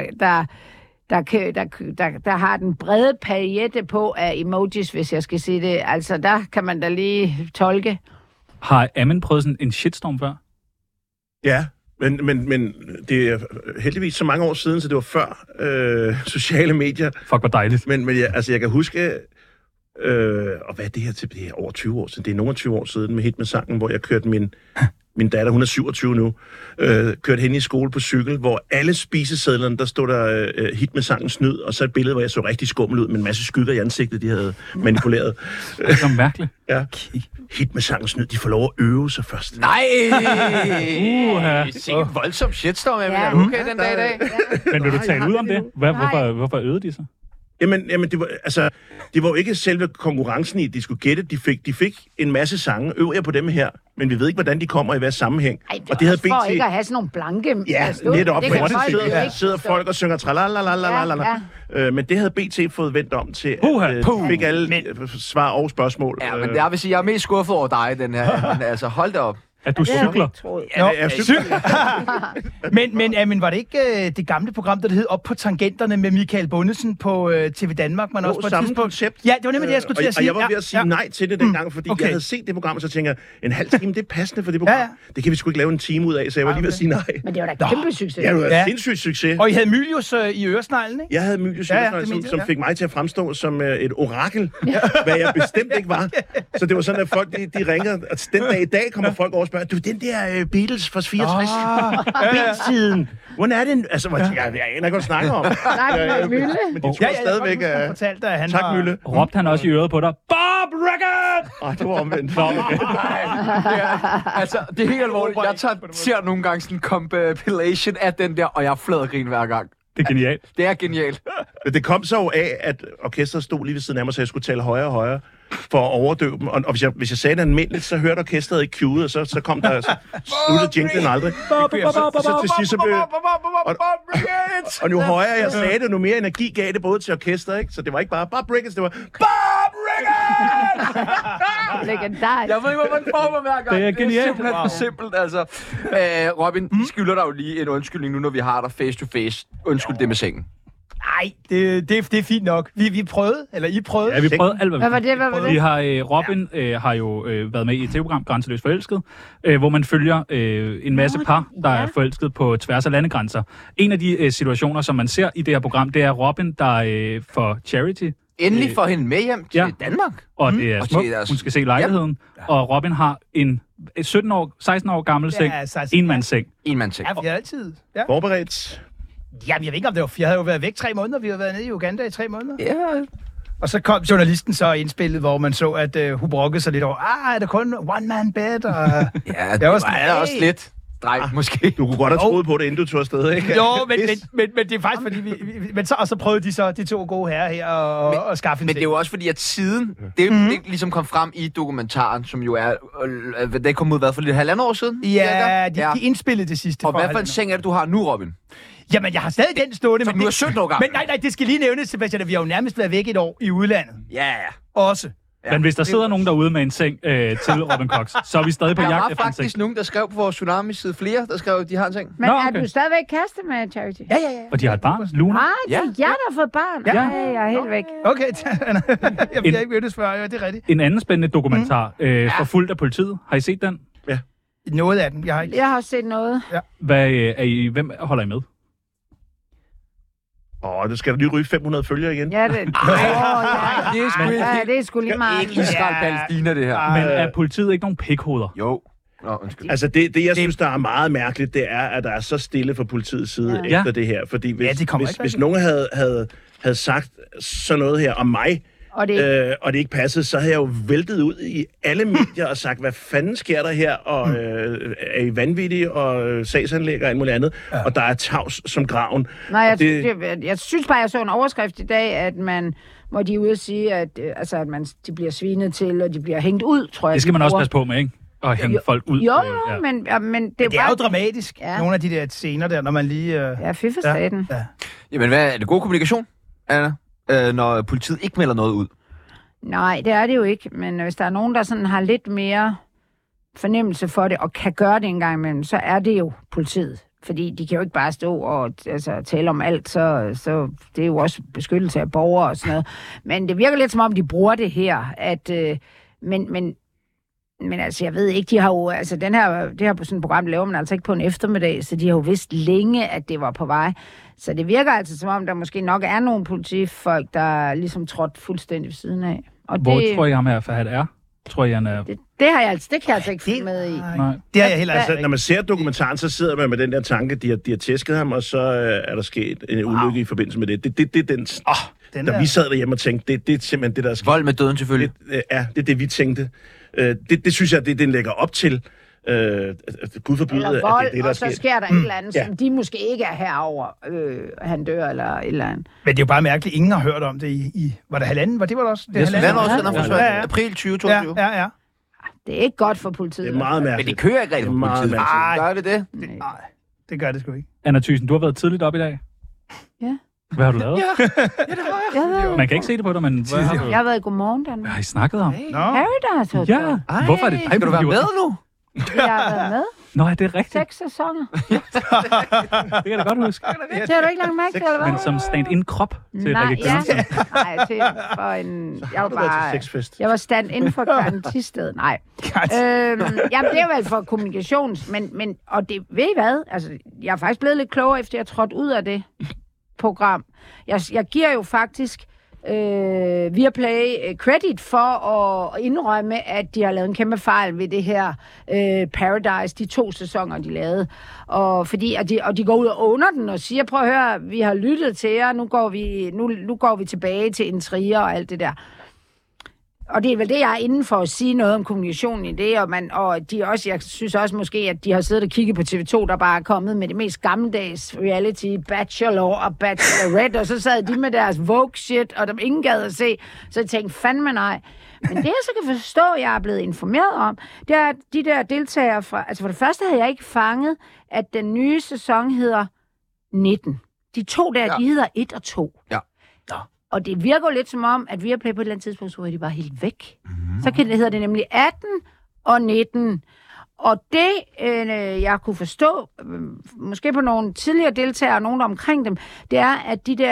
der har den brede palette på af emojis, hvis jeg skal sige det. Altså, der kan man da lige tolke. Har Amin prøvet sådan en shitstorm før? Ja, men det er heldigvis så mange år siden, så det var før sociale medier. Fuck, hvor dejligt. Men jeg kan huske... og hvad er det her til? Det er over 20 år siden. Det er nogle 20 år siden med Hit med sangen, hvor jeg kørte min datter, hun er 27 nu, kørte hen i skole på cykel, hvor alle spisesedlerne, der stod der Hit med sangen snyd, og så et billede, hvor jeg så rigtig skummel ud med en masse skygger i ansigtet, de havde manipuleret. Det er så mærkeligt. Ja. Hit med sangen snyd, de får lov at øve sig først. Nej! Sikke en voldsom shitstorm, jeg mener. Okay, den dag i dag. Men vil du tale ud om det? Hvorfor øvede de sig? Jamen det var jo ikke selve konkurrencen i, de skulle gætte. De fik en masse sange, øver jeg på dem her, men vi ved ikke, hvordan de kommer i hver sammenhæng. Ej, det og det havde BT... for ikke at have sådan nogle blanke... Ja, netop. Det sidder folk og synger tralalalalalalala. Men det havde BT fået vendt om til, at fik alle svar og spørgsmål. Ja, men jeg vil sige, jeg er mest skuffet over dig, den her. Men altså, hold da op. At du cykler. Jeg cykler. Men var det ikke det gamle program, der hed Op på Tangenterne med Michael Bundesen på TV Danmark? Man også på samme koncept. Ja, det var nemlig det, jeg skulle til at sige. Og jeg var ved at sige nej til det dengang, fordi jeg havde set det program, og så tænker jeg, en halv time, det er passende for det program. Ja. Det kan vi sgu ikke lave en time ud af, så jeg var lige ved at sige nej. Men det var da kæmpe succes. Ja, det var sindssygt succes. Og I havde Mylius i øresneglen, ikke? Jeg havde Mylius i øresneglen, som fik mig til at fremstå som et orakel, hvad jeg bestemt ikke var. Så det var sådan, at folk de ringede, og den dag i dag kommer folk over og spørger, du, den der Beatles fra 64. Beatles-tiden. Hvordan er det? Altså, jeg aner ikke, hvad du snakker om. Nej, Mølle. Men de tror stadigvæk... Tak, Mølle. Råbte han også i øret på dig? Bob Rickard! Det var omvendt. Altså, det er helt alvorligt. Jeg ser nogle gange sådan en compilation af den der, og jeg flader grin hver gang. Det er genialt. Det er genialt. Det kom så jo af, at orkestret stod lige ved siden af mig, så jeg skulle tale højere og højere for at overdøve dem. Og hvis jeg sagde det almindeligt, så hørte orkestret ikke cueet, og så kom der... Så sluttede jinglen aldrig. Så til sidst så blev... Og nu højere jeg sagde det, nu mere energi gav det både til orkestret, ikke? Så det var ikke bare Bob Ricketts, det var Bob Ricketts! Legendarisk. Jeg ved ikke, hvor man får mig hver gang. Det er genialt. Simpelthen for simpelt, altså. Robin, skylder dig jo lige en undskyldning nu, når vi har dig face to face. Undskyld det med sengen. Nej, det er fint nok. Vi prøvede, eller I prøvede. Ja, vi prøvede alt, hvad var det? Vi har, Robin har jo været med i et tv-program, Grænseløst Forelsket, hvor man følger en masse par, der er forelsket på tværs af landegrænser. En af de situationer, som man ser i det her program, det er Robin, der for charity. Endelig får hende med hjem til Danmark. Og det er smukt. Hun skal se lejligheden. Ja. Og Robin har en 16 år gammel seng, enmandsseng. Enmandsseng. Ja, vi har altid. Ja. Forberedt. Jamen, jeg ved ikke, om det var... Jeg havde jo været væk 3 måneder. Vi har været nede i Uganda i 3 måneder. Ja. Og så kom journalisten så indspillet, hvor man så, at hun brokkede sig lidt over, er det kun one man bed? Og ja, det var også lidt drej, måske. Du kunne godt have troet på det, inden du tog afsted, ikke? Jo, men det er faktisk, fordi så prøvede de 2 gode herrer her at skaffe en Men det er jo også fordi, at siden det ligesom kom frem i dokumentaren, som jo er... det kom ud for lidt 1,5 år siden? Ja, de indspillede det sidste. Og hvad for en seng er det, du har nu, Robin? Jamen, jeg har stadig den stående. Som nu er 17 år gammel. Men nej, det skal lige nævnes, Sebastian, at vi har jo nærmest været væk 1 år i udlandet. Ja. Også. Ja. Men hvis der sidder nogen derude med en seng til Robin Cox, så er vi stadig på jagt efter en seng. Der var faktisk nogen, der skrev på vores Tsunami-side, flere, der skrev, at de har en seng. Men er du stadigvæk kæreste med Charity? Ja. Og de har et barn, Luna? Nej, det er jeg, der har fået barn. Ja. Jeg er helt væk. Okay, jeg bliver ikke mødtes før, det er rigtigt. En anden spændende dokumentar, forfulgt af politiet. Har I set den? Ja. Noget af den, jeg har ikke. Jeg har også set noget. Ja. Hvem holder I med? Det skal der lige ryge 500 følgere igen. Ja, det er sgu lige meget. Det er ikke Israel-Palæstina, det her. Men er politiet ikke nogen pikhoveder? Jo. Altså, det jeg synes, der er meget mærkeligt, det er, at der er så stille fra politiets side efter det her. Fordi hvis nogen havde sagt sådan noget her om mig, og det ikke passede, så havde jeg jo væltet ud i alle medier og sagt, hvad fanden sker der her, og er I vanvittige, og sagsanlæg og alt muligt andet, og der er tavs som graven. Nej, jeg synes bare, jeg så en overskrift i dag, at hvor de er ude at sige, at de bliver svinet til, og de bliver hængt ud, tror jeg. Det skal man også passe på med, ikke? Og hænge folk ud. Jo, men det er jo dramatisk, nogle af de der scener der, når man lige... Ja, fifferstaten. Ja. Jamen, hvad er det god kommunikation, Anna? Når politiet ikke melder noget ud? Nej, det er det jo ikke. Men hvis der er nogen, der sådan har lidt mere fornemmelse for det, og kan gøre det en gang imellem, så er det jo politiet. Fordi de kan jo ikke bare stå og tale om alt, så det er jo også beskyttelse af borgere og sådan noget. Men det virker lidt som om, de bruger det her. Men altså, jeg ved ikke, de har jo... Altså, det her sådan program laver man altså ikke på en eftermiddag, så de har jo vidst længe, at det var på vej. Så det virker altså, som om der måske nok er nogle politifolk, der ligesom trådt fuldstændig ved siden af. Og hvor tror I ham her, Fahad er? Tror I, han er... Det kan jeg altså ikke følge med i. Nej. Det har jeg heller ikke. Altså, når man ser dokumentaren, så sidder man med den der tanke, de har tæsket ham, og så er der sket en ulykke i forbindelse med det. Det er den... Da vi sad derhjemme og tænkte, det er simpelthen det, der er sket. Vold med døden selvfølgelig. Det er det, vi tænkte. Det synes jeg, den lægger op til. Gud forbyde, at det er det, der og så sker der et eller andet, som de måske ikke er herover, han dør eller et eller andet. Men det er jo bare mærkeligt, ingen har hørt om det i var det halvanden? Var det også? Det er halvanden år siden, han forsvandt. April 2022. Ja. Det er ikke godt for politiet. Det er meget mærkeligt. Men det kører ikke rigtig for politiet. Gør det? Nej, det gør det sgu ikke. Anna Thyssen, du har været tidligt op i dag. Ja. Hvad har du lavet? Ja, det har jeg. Man kan ikke se det på dig, men hvad har du? Jeg har været i Godmorgen Danmark. Hvad har I snakket om? Paradise Hotel. Ja. Hvorfor er det? Skal du være med nu? Jeg har været med. Nå, er det rigtigt? 6 sæsoner. Det kan jeg da godt huske. Det har du ikke lagt mærke til, eller hvad? Men som stand-in krop til Rikke Knudsen. Nej, til for en... Jeg var stand-in for Karen Thisted. Nej. Jamen, det er vel for kommunikations... Men, og det, ved I hvad? Altså, jeg er faktisk blevet lidt klogere, efter jeg trådte ud af det program. Jeg giver jo faktisk... Viaplay credit for at indrømme, at de har lavet en kæmpe fejl ved det her Paradise, de 2 sæsoner, de lavede. Og de går ud og under den og siger, prøv at høre, vi har lyttet til jer, nu går vi tilbage til intriger og alt det der. Og det er vel det, jeg er inde for at sige noget om kommunikationen i det, og de også, jeg synes også måske, at de har siddet og kigget på TV2, der bare er kommet med det mest gammeldags reality, Bachelor og Bachelorette, og så sad de med deres Vogue-shit, og dem ingen gad at se, så jeg tænkte, fandme nej. Men det, jeg så kan forstå, jeg er blevet informeret om, det er, at de der deltagere fra... Altså for det første havde jeg ikke fanget, at den nye sæson hedder 19. De 2 der, de hedder 1 og 2. Ja. Og det virker jo lidt som om, at Viaplay på et eller andet tidspunkt, så er de bare helt væk. Så hedder det nemlig 18 og 19. Og det, jeg kunne forstå, måske på nogle tidligere deltagere og nogen der omkring dem, det er, at de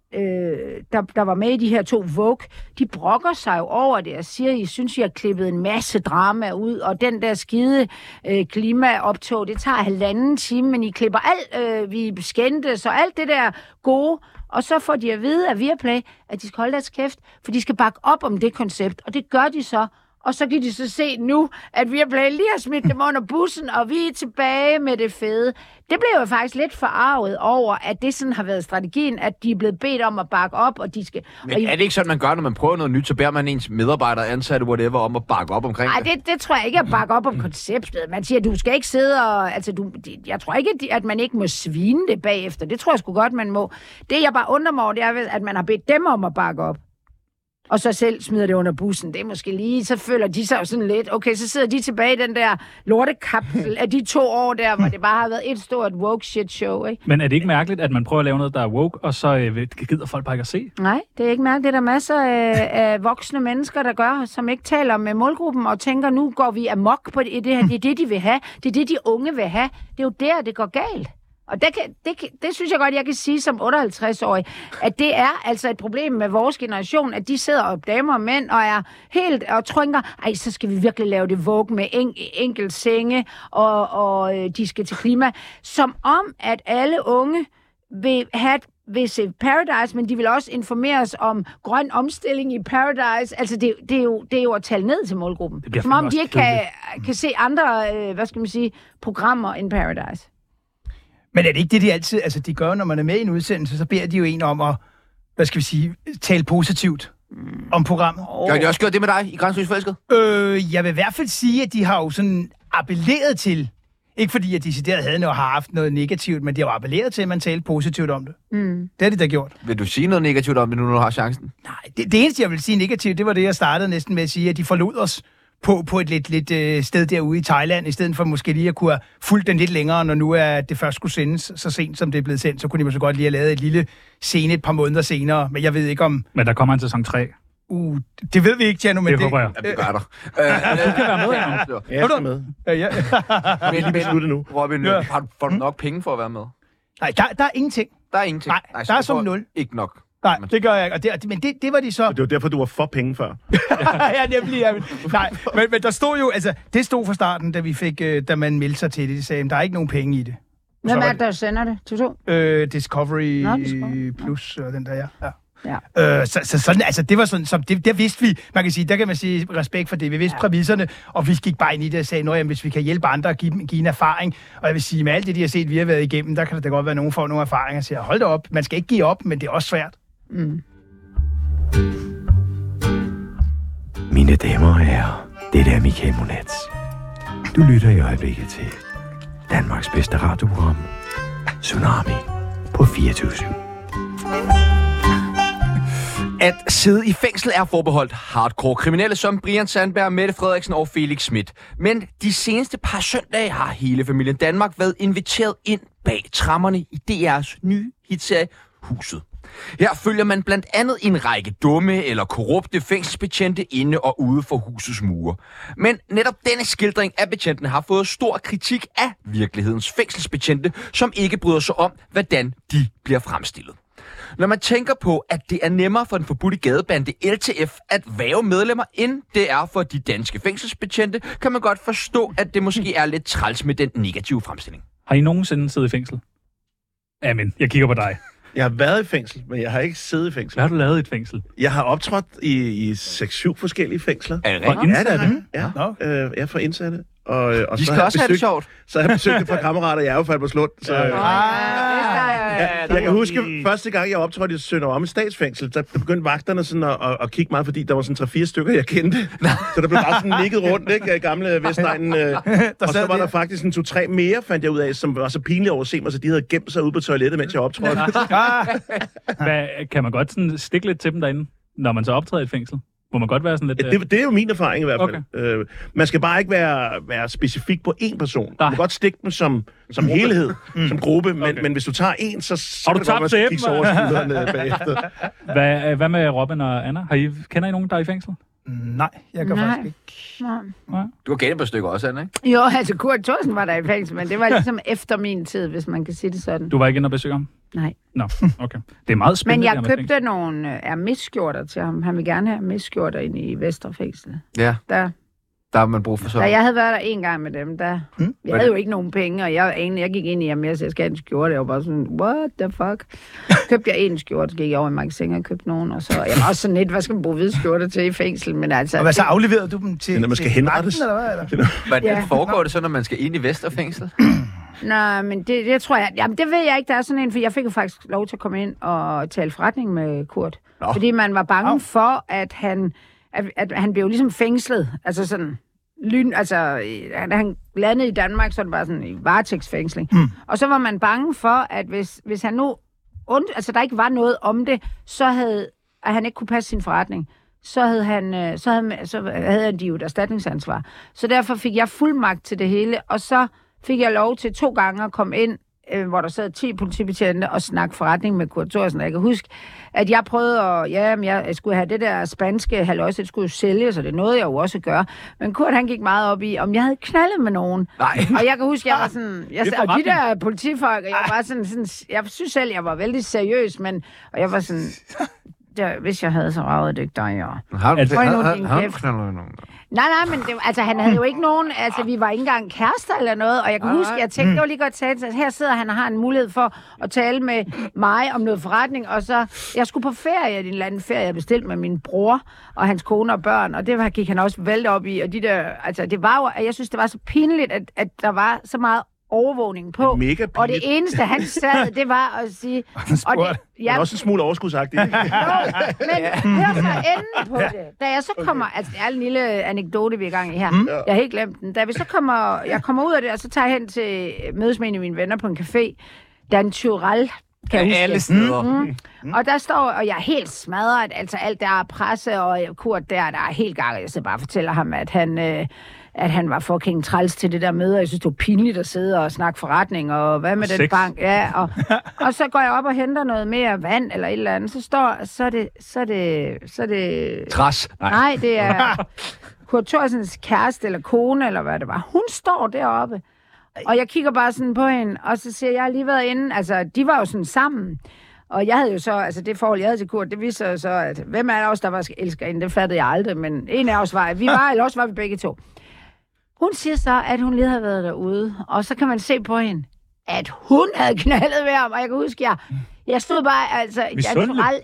der var med i de her 2 Vogue, de brokker sig jo over det og siger, I synes, I har klippet en masse drama ud, og den der skide klimaoptog, det tager 1,5 time, men I klipper alt, vi skændtes og alt det der gode. Og så får de at vide af Viaplay, at de skal holde deres kæft, for de skal bakke op om det koncept. Og det gør de så. Og så kan de så se nu, at vi lige har smidt dem under bussen, og vi er tilbage med det fede. Det blev jo faktisk lidt forarvet over, at det sådan har været strategien, at de er blevet bedt om at bakke op, og de skal... Men er det ikke sådan, man gør, når man prøver noget nyt, så beder man ens medarbejdere, ansatte, whatever, om at bakke op omkring det? Nej, det tror jeg ikke at bakke op om konceptet. Man siger, du skal ikke sidde og... jeg tror ikke, at man ikke må svine det bagefter. Det tror jeg sgu godt, man må. Det, jeg bare undrer mig over, det er, at man har bedt dem om at bakke op. Og så selv smider det under bussen. Det er måske lige, så føler de sig sådan lidt. Okay, så sidder de tilbage i den der lortekapsel af de 2 år der, hvor det bare har været et stort woke shit show, ikke? Men er det ikke mærkeligt, at man prøver at lave noget, der er woke, og så gider folk bare ikke at se? Nej, det er ikke mærkeligt. Det er der masser af voksne mennesker, der gør, som ikke taler med målgruppen og tænker, nu går vi amok på det her. Det er det, de vil have. Det er det, de unge vil have. Det er jo der, det går galt. Og det synes jeg godt, jeg kan sige som 58-årig, at det er altså et problem med vores generation, at de sidder og damer og mænd og er helt og trynker, så skal vi virkelig lave det woke med enkelt senge, og de skal til klima. Som om, at alle unge vil se Paradise, men de vil også informeres om grøn omstilling i Paradise. Altså, det er jo at tale ned til målgruppen. Som om de ikke kan se andre, programmer end Paradise. Men er det ikke det, de altid... Altså, de gør, når man er med i en udsendelse, så beder de jo en om at, tale positivt om programmet. Gør de også gjort det med dig i Grænseløst Forelsket? Jeg vil i hvert fald sige, at de har jo sådan appelleret til... Ikke fordi, at de decideret havde noget, har haft noget negativt, men de har jo appelleret til, at man talte positivt om det. Det har de da gjort. Vil du sige noget negativt om det, nu når du har chancen? Nej, det eneste, jeg vil sige negativt, det var det, jeg startede næsten med at sige, at de forlod os på et lidt sted derude i Thailand, i stedet for måske lige at kunne have fulgt den lidt længere, når nu er det først skulle sendes så sent, som det er blevet sendt, så kunne de måske godt lige have lavet et lille scene et par måneder senere, men jeg ved ikke om... Men der kommer en sæson 3. Det ved vi ikke, Tjerno, men det håber jeg. Det gør der. Du kan være med, Jan. Jeg er med. Men beslutte nu. Robin, får du nok penge for at være med? Nej, der er ingenting. Der er ingenting? Nej, der er som 0. Ikke nok. Nej, det gør jeg ikke. Men det var de så... Det var derfor, du var for penge før. Ja, nemlig. Ja. Nej, men der stod jo... Altså, det stod fra starten, da man meldte sig til det. De sagde, der er ikke nogen penge i det. Hvem er det, der sender det? TV2? Discovery Plus og den der, ja. Ja. Så sådan, altså, det var sådan, som det vidste vi, man kan sige, der kan man sige respekt for det. Vi vidste præmisserne, og vi gik bare ind i det og sagde, hvis vi kan hjælpe andre og give en erfaring, og jeg vil sige, med alt det, de har set, vi har været igennem, der kan det da godt være, nogen får nogle erfaringer og siger, hold da op, man skal ikke give op, men det er også svært. Mine damer og herrer, det er Michael Monats. Du lytter i øjeblikket til Danmarks bedste radioprogram, Tsunami på 24/7. At sidde i fængsel er forbeholdt hardcore kriminelle som Brian Sandberg, Mette Frederiksen og Felix Schmidt. Men de seneste par søndage har hele familien Danmark været inviteret ind bag trammerne i DR's nye hitserie Huset. Her følger man blandt andet en række dumme eller korrupte fængselsbetjente inde og ude for husets mure. Men netop denne skildring af betjentene har fået stor kritik af virkelighedens fængselsbetjente, som ikke bryder sig om, hvordan de bliver fremstillet. Når man tænker på, at det er nemmere for den forbudte gadebande LTF at hverve medlemmer, end det er for de danske fængselsbetjente, kan man godt forstå, at det måske er lidt træls med den negative fremstilling. Har I nogensinde siddet i fængsel? Amen, jeg kigger på dig. Jeg har været i fængsel, men jeg har ikke siddet i fængsel. Hvad har du lavet i et fængsel? Jeg har optrådt i 6-7 forskellige fængsler. Er det rigtigt? Ja, det er det. Ja, jeg får indsatte. Og de skal også have det sjovt. Så har jeg besøgt det fra kammerater, jeg er jo faldt på Slund. Så, jeg kan huske, første gang jeg optrådte i Sønder Statsfængsel, der begyndte vagterne sådan at kigge meget, fordi der var sådan 3-4 stykker, jeg kendte. Så der blev bare sådan nikket rundt, ikke, i gamle Vestegnen. Og så var der faktisk en 2-3 mere, fandt jeg ud af, som var så pinlige over at se mig, så de havde gemt sig ude på toilettet, mens jeg optrådte. Kan man godt sådan stikke lidt til dem derinde, når man så optræder i et fængsel? Må man godt være sådan lidt... Det er jo min erfaring i hvert fald. Okay. Man skal bare ikke være specifik på én person. Du kan godt stikke dem som helhed, som gruppe, men hvis du tager én, så har du tabt til dem over skuldrene bagefter. Hvad med Robin og Anna? Kender I nogen, der er i fængsel? Nej, jeg kan faktisk ikke. Nej. Du har kendt et par stykker også, Anna, ikke? Jo, altså Kurt Thorsen var der i fængsel, men det var ligesom efter min tid, hvis man kan sige det sådan. Du var ikke inde og besøge ham? Nej. Nå, okay. Det er meget spændende. Men jeg købte nogle Hermes-skjorter til ham. Han vil gerne have Hermes-skjorter inde i Vesterfængsel. Ja. Der Der har man brug for så. Da jeg havde været der en gang med dem, jeg havde jo ikke nogen penge, og jeg gik ind i ham, jeg skal have en skjorte, jeg var bare sådan, what the fuck? Købte jeg en skjorte, så gik jeg over i magasin og købte nogen, og så jeg var også sådan lidt, hvad skal man bruge hvide skjorte til i fængsel, men altså... Og hvad så afleverede du dem til? Når man skal henrettes. Hvordan foregår det så, når man skal ind i Vesterfængsel? Nej, men det tror jeg... Jamen, det ved jeg ikke, der er sådan en, for jeg fik jo faktisk lov til at komme ind og tale forretning med Kurt. Nå. Fordi man var bange for, at han blev ligesom fængslet. Altså sådan... han landede i Danmark, så det var sådan en varetægtsfængsling. Og så var man bange for, at hvis han nu... der ikke var noget om det, at han ikke kunne passe sin forretning, så havde han de jo et erstatningsansvar. Så derfor fik jeg fuldmagt til det hele, og så fik jeg lov til 2 gange at komme ind, hvor der sad 10 politibetjente og snakke forretning med Kurt Thorsen. Jeg kan huske, at jeg prøvede jeg skulle have det der spanske halløjse, det skulle jo sælges, og det nåede jeg jo også at gøre. Men Kurt, han gik meget op i, om jeg havde knaldet med nogen. Nej. Og jeg kan huske, jeg var sådan... og de der politifolk, jeg var sådan... Jeg synes selv, jeg var vældig seriøs, og jeg var sådan... hvis jeg havde så ravet det ikke dig, og... Har du knaldet nogen? Nej, men han havde jo ikke nogen... Altså, vi var ikke engang kærester eller noget, og jeg kan huske, jeg tænkte, det var lige godt talt, at her sidder han og har en mulighed for at tale med mig om noget forretning, og så... Jeg skulle på ferie, en eller anden ferie, jeg bestilte med min bror og hans kone og børn, og det gik han også vældig op i, og de der... Altså, det var jo... Jeg synes, det var så pinligt, at der var så meget overvågning på. Og det eneste, han sad, det var at sige... Det er også en smule overskudsagtigt. Men hør så enden på det. Da jeg så kommer... Altså, det er en lille anekdote, vi er i gang i her. Jeg har helt glemt den. Da vi så kommer ud af det, og så tager jeg hen til mødes med en af mine venner på en café. Dan Tyrell, kan jeg huske. Alle steder. Og der står, og jeg er helt smadret, altså alt der er presse, og Kurt der er helt gang. Jeg så bare fortæller ham, at han var fucking træls til det der møde, og jeg synes, det var pinligt at sidde og snakke forretning, og hvad med den bank? Ja, og så går jeg op og henter noget mere vand, eller et eller andet, så er det... Træs? Nej, det er Kurt Thorsens kæreste, eller kone, eller hvad det var. Hun står deroppe, og jeg kigger bare sådan på hende, og så siger jeg har lige været inde, altså, de var jo sådan sammen, og jeg havde jo så, altså det forhold, jeg havde til Kurt, det viste sig så, at hvem af os, der var elskerinde, det fattede jeg aldrig, men en af os var, eller også var vi begge to. Hun siger så, at hun lige havde været derude, og så kan man se på hende, at hun havde knaldet ved ham, og jeg kan huske, jeg stod bare, altså... Misundelig.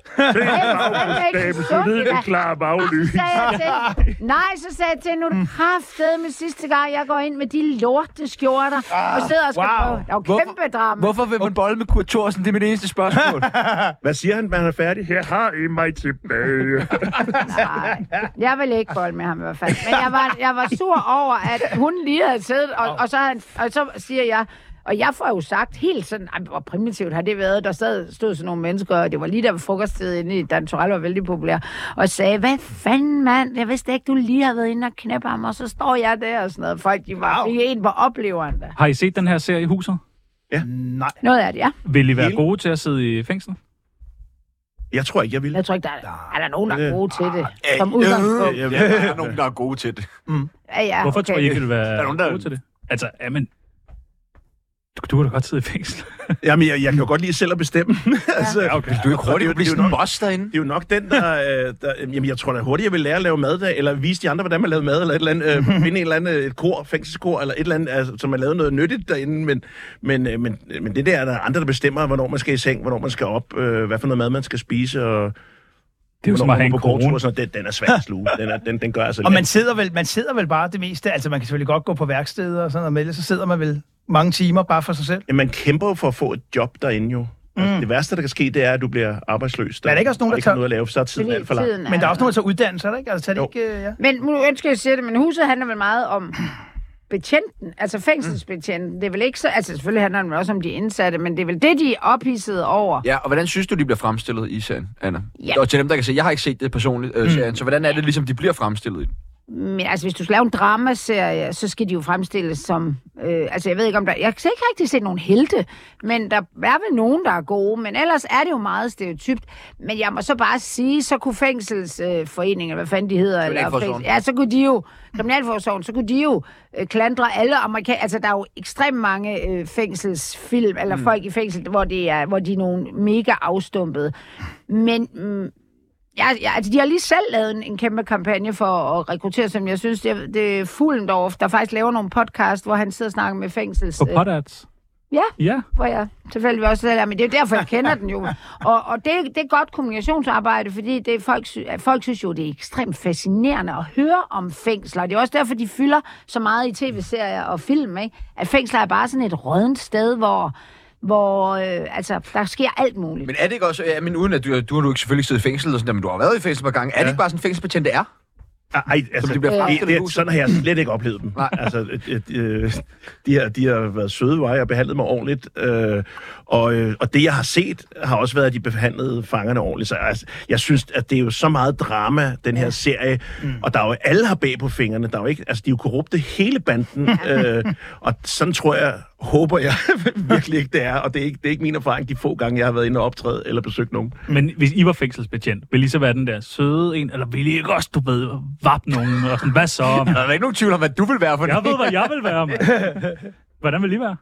Så sagde jeg til nu er det kraftedeme sidste gang, jeg går ind med de lorte skjorter, og sidder og skal prøve. Der er jo kæmpe drama. Hvorfor vil man bolle med Kurt Thorsen? Det er mit eneste spørgsmål. Hvad siger han, når han er færdig? Her har I mig tilbage. Nej, jeg vil ikke bolle med ham i hvert fald. Men jeg var sur over, at hun lige havde siddet, og så siger jeg... Og jeg får jo sagt helt sådan, hvor primitivt har det været, der stod sådan nogle mennesker, og det var lige der ved frokosttid inde i Dan Tyrell var vældig populær, og sagde, hvad fanden mand, jeg vidste ikke, du lige har været inde og knæppe ham, og så står jeg der og sådan noget. Folk, de var en på opleveren der. Har I set den her serie i Huset? Ja. Nej. Noget af det, ja. Vil I være gode til at sidde i fængsel? Jeg tror ikke, jeg vil. Jeg tror ikke, er der nogen, der er gode til det. Som udgangspunkt. Ja, der er nogen, der er gode til det. Ja, hvorfor tror I ikke, vil være nogen, der gode til det? Altså, men... Du kan da godt sidde i fængsel. Jamen, jeg kan jo godt lide selv at bestemme. Altså, ja, okay. Du er ikke hurtigt at blive sådan en boss derinde. Det er jo nok den, jamen, jeg tror da hurtigt, jeg vil lære at lave mad, eller vise de andre, hvordan man lavede mad, eller et eller andet, finde en eller anden fængselskor, eller et eller andet, altså, som man lavede noget nyttigt derinde. Men det der er der andre, der bestemmer, hvornår man skal i seng, hvornår man skal op, hvad for noget mad man skal spise, og... Det er jo som at have en krone. Den er svær at sluge. Den gør altså... Og man sidder vel bare det meste. Altså, man kan selvfølgelig godt gå på værksteder og sådan noget, men så sidder man vel mange timer bare for sig selv. Ja, man kæmper jo for at få et job derinde jo. Altså, det værste, der kan ske, det er, at du bliver arbejdsløs. Der er ikke også nogen, der tager... noget at lave, så er tiden alt for lang. Men der er også nogen, der tager uddannelse, er der ikke? Altså, det ikke ja. Men nu ønsker jeg at sige det, men huset handler vel meget om... betjenten, altså fængselsbetjenten, det er vel ikke så... Altså selvfølgelig handler det også om de indsatte, men det er vel det, de er ophidsede over. Ja, og hvordan synes du, de bliver fremstillet i serien, Anna? Ja. Og til dem, der kan se, jeg har ikke set det personligt, serien, så hvordan er det ligesom, de bliver fremstillet i den? Men altså, hvis du skal lave en dramaserie, så skal de jo fremstilles som... altså, jeg ved ikke, om der... Jeg har ikke rigtig set nogen helte, men der er vel nogen, der er gode, men ellers er det jo meget stereotypt. Men jeg må så bare sige, så kunne fængselsforeninger, hvad fanden de hedder... Ja, så kunne de jo... Kriminalforsorgen, så kunne de jo klandre alle amerikanere... Altså, der er jo ekstremt mange fængselsfilm, eller folk i fængsel, hvor de er nogle mega afstumpede. Men... Altså, de har lige selv lavet en kæmpe kampagne for at rekruttere, som jeg synes, det er Fuglendorf, der faktisk laver nogle podcast, hvor han sidder og snakker med fængsels... På Podats? Ja, hvor jeg tilfældigvis også selv er, men det er jo derfor, jeg kender den jo. Og det er godt kommunikationsarbejde, fordi det er folk synes jo, det er ekstremt fascinerende at høre om fængsler. Det er også derfor, de fylder så meget i tv-serier og film, ikke? At fængsler er bare sådan et råddent sted, hvor altså, der sker alt muligt. Men er det ikke også, uden at du har ikke selvfølgelig siddet i fængsel, og sådan der, men du har været i fængsel på gang, er det ikke bare sådan en fængselsbetjent, det er? Ej, altså, sådan har jeg slet ikke oplevet dem. Altså, de har været søde veje og behandlet mig ordentligt. Og det, jeg har set, har også været, at de behandlede fangerne ordentligt. Så altså, jeg synes, at det er jo så meget drama, den her serie. Og der er jo alle har bag på fingrene. Der er jo ikke, altså, de er jo korrupte hele banden. Og sådan tror jeg, håber jeg virkelig ikke, det er. Og det er ikke min erfaring, de få gange, jeg har været inde og optræde eller besøgt nogen. Men hvis I var fængselsbetjent, ville I så være den der søde en, eller ville I ikke også, du ved, vappe nogen? Og sådan, hvad så? Der er ikke nogen tvivl om, hvad du vil være for jeg ved, hvad jeg vil være. Hvordan vil I være?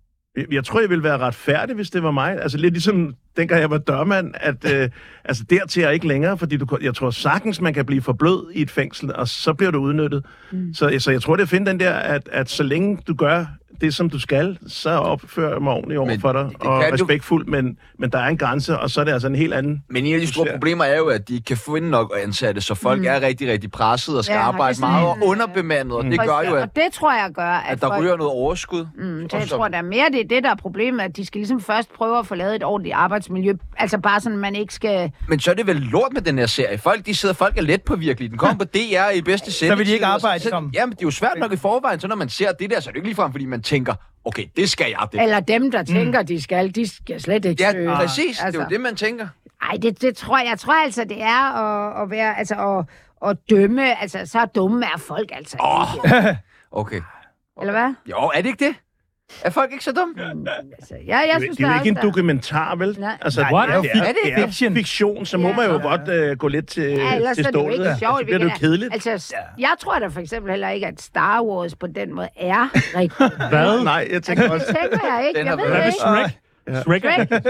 Jeg tror, jeg ville være retfærdig, hvis det var mig. Altså lidt ligesom dengang jeg var dørmand, at altså dertil er ikke længere, fordi jeg tror sagtens, man kan blive for blød i et fængsel, og så bliver du udnyttet. Så jeg tror, det er at finde den der, at så længe du gør det, som du skal, så opfører jeg mig ordentligt over for dig, og respektfuldt, men der er en grænse, og så er det altså en helt anden... Men en af de store problemer er jo, at de kan få ind nok ansatte, så folk er rigtig, rigtig presset og skal arbejde meget og underbemandet, og det gør jo, at... Og det tror jeg gør, at der ryger noget overskud. Så jeg tror, der er mere det der er problemet, at de skal ligesom først prøve at få lavet et ordentligt arbejdsmiljø, altså bare sådan, man ikke skal... Men så er det vel lort med den her serie. Folk er let på virkelig. Den kommer på DR i bedste sæt. Så vil de ikke arbejde som... Jamen, det er jo svært nok i forvejen, så når man ser det der, så er det ikke ligefrem, fordi man tænker, okay, det skal jeg det. Eller dem, der tænker, de skal slet ikke søge. Ja, præcis. Altså, det er jo det, man tænker. Ej, det tror jeg altså, det er at være, altså at dømme, altså så dumme er folk altså ikke. Okay. Eller hvad? Jo, er det ikke det? Er folk ikke så dumme? Altså, jeg synes, det er jo ikke en dokumentar, vel? Nej. Altså, det er fiktion, så må man jo godt gå lidt til stålet. Ja, så bliver det jo kedeligt. Altså, jeg tror da for eksempel heller ikke, at Star Wars på den måde er rigtigt. Hvad? Nej, jeg tænker også... Det tænker jeg ikke. Jeg ved ikke. Shrek?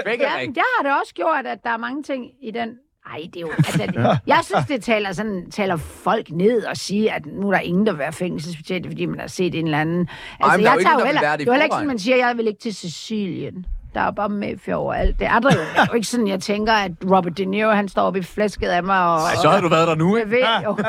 Jeg har da også gjort, at der er mange ting i den... Ej, det er jo... Altså, jeg synes, det taler folk ned og siger, at nu er der ingen, der vil være fængselsbetjent, fordi man har set en eller anden... Altså, jeg tager jo heller... Det er heller ikke sådan, man siger, jeg vil ikke til Sicilien. Der er bare mafia overalt. Det er der jo. Det er jo ikke sådan, jeg tænker, at Robert De Niro, han står oppe i flæsket af mig og... Ej, så har du været der nu, ikke?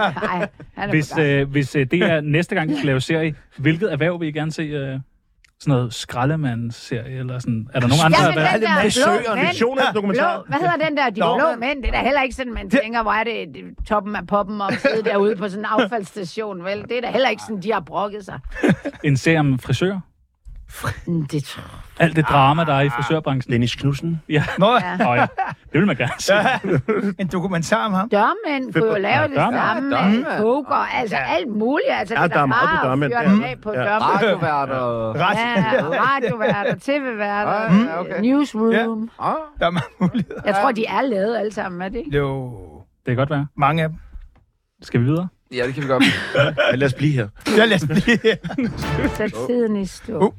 Hvis det er næste gang, du skal lave serie, hvilket erhverv vil I gerne se... sådan noget skraldemandsserie, eller sådan... Er der nogen andre erhverv? Hvad hedder den der? De blå mænd. Det er da heller ikke sådan, man tænker, hvor er det toppen af poppen og sidde derude på sådan en affaldsstation, vel? Det er da heller ikke sådan, de har brokket sig. En serie om frisør? Alt det drama, der er i frisørbranchen. Dennis Knudsen? Ja. Det vil man gerne se. En dokumentar om ham. Dørmænd kunne jo lave det samme med poker, altså alt muligt. Altså, ja, der er meget på dørmænd. Radioværter. Radioværter, tv-værter, newsroom. Der er mange muligheder. Jeg tror, de er lavet alle sammen, er det ikke? Jo. Det kan godt være. Mange af dem. Skal vi videre? Ja, det kan vi godt. Lad os blive her. Ja, lad os blive her. Sæt tiden i stå.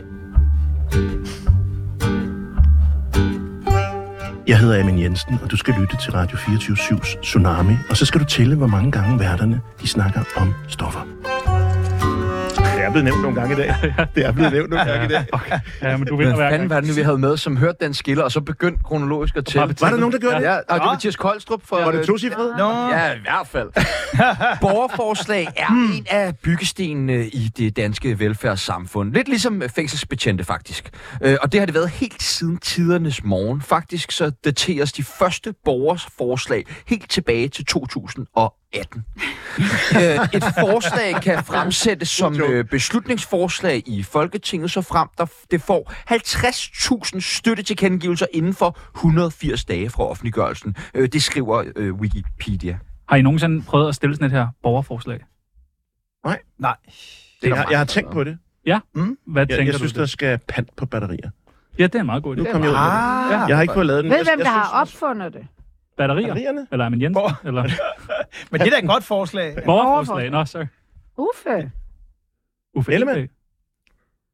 Jeg hedder Amin Jensen, og du skal lytte til Radio 24/7's Tsunami. Og så skal du tælle, hvor mange gange værterne de snakker om stoffer. Det er blevet nævnt nogle gange i dag. Det er blevet nævnt nogle gange i dag. Okay. Ja, men du vinder hver gang. Hvad fanden var det nu, vi havde med, som hørte den skiller, og så begyndte kronologisk at tælle? Var der nogen, der gjorde det? Ja, og det var Mathias Koldstrup. Var det tocifret? Ja, i hvert fald. Borgerforslag er en af byggestenene i det danske velfærdssamfund. Lidt ligesom fængselsbetjente, faktisk. Og det har det været helt siden tidernes morgen. Faktisk så dateres de første borgerforslag helt tilbage til 2018. Et forslag kan fremsættes som beslutningsforslag i Folketinget, så frem der det får 50.000 støttetilkendegivelser inden for 180 dage fra offentliggørelsen. Det skriver Wikipedia. Har I nogensinde prøvet at stille sådan et her borgerforslag? Nej. Jeg har tænkt på det. Ja? Hvad tænker du? Jeg synes, der skal pant på batterier. Ja, det er en meget god idé. Nu kom jeg jeg har ikke fået lavet den. Ved hvem, der har opfundet det? Batterierne? Eller Amin Jensen? Eller? Men det er da et godt forslag. Borgerforslag? Nå, sorry. Uffe Ellemann?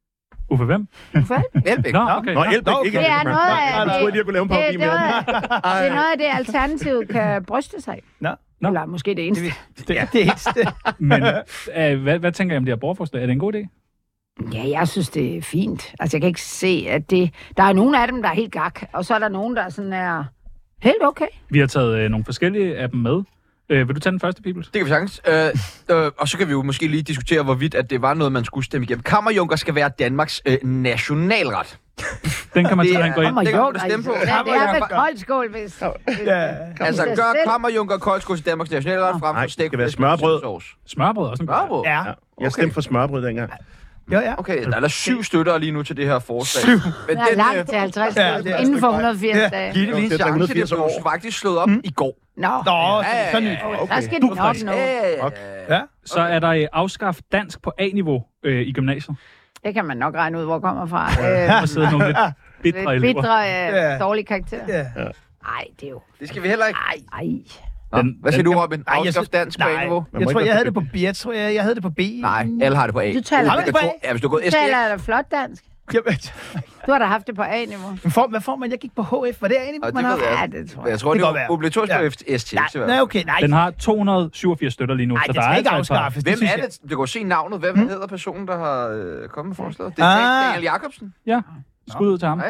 Uffe hvem? Uffe Elbæk. Nå, okay. Nå, Elbæk, ikke Det er Elbæk. noget af Jeg troede, de kunne lave en parodi med den. det er noget af det, Alternativet kan bryste sig. Nå. Eller måske det eneste. Det er det eneste. Men hvad tænker I om det her borgerforslag? Er det en god idé? Ja, jeg synes, det er fint. Altså, jeg kan ikke se, at det... Der er nogle af dem, der er helt gak, og så er der nogen, der sådan er helt okay. Vi har taget nogle forskellige af dem med. Vil du tage den første, Peoples? Det kan vi sagtens. Og så kan vi jo måske lige diskutere, hvorvidt at det var noget, man skulle stemme igennem. Kammerjunker skal være Danmarks nationalret. Den kan man tage, gå ind. Det kan man stemme på. Det er med koldskål, hvis... Altså, gør Kammerjunker og koldskål til Danmarks nationalret frem for stik. Det kan være smørbrød. Smørbrød også en Smørbrød? Ja. Jeg stemte for smørbrød dengang. Ja. Okay, der er 7 støtter lige nu til det her forslag. 7. Men Der er langt til 50 inden for 180 dage. Giv det lige en chance, det blev faktisk slået op i går. Nå, så nyt. der skal de nok nå. Ja. Så er der afskaffet dansk på A-niveau i gymnasiet. Det kan man nok regne ud, hvor kommer fra. Der sidder nogle lidt bitre elever. Bitre, dårlige karakterer. Nej, det er jo... Det skal vi heller ikke. Nej. Hvad siger du, Robin? Afskaf dansk på A-niveau? Jeg tror, jeg havde det på B. Jeg havde det på B. Nej, alle har det på A. Du taler det på A? Ja, hvis du går Du taler da flot dansk. Du har da haft det på A-niveau. Hvad får man? Jeg gik på HF. Var det A-niveau, man har? Ja, det tror jeg. Jeg tror, det er obligatorisk på ST. Nej, okay, nej. Den har 287 støtter lige nu. Nej, så det der skal er ikke altså afskaffes. Hvem er det? Du kan se navnet. Hvem hedder personen, der har kommet med forslaget? Det er Daniel Jacobsen. Ja, skud ud til ham.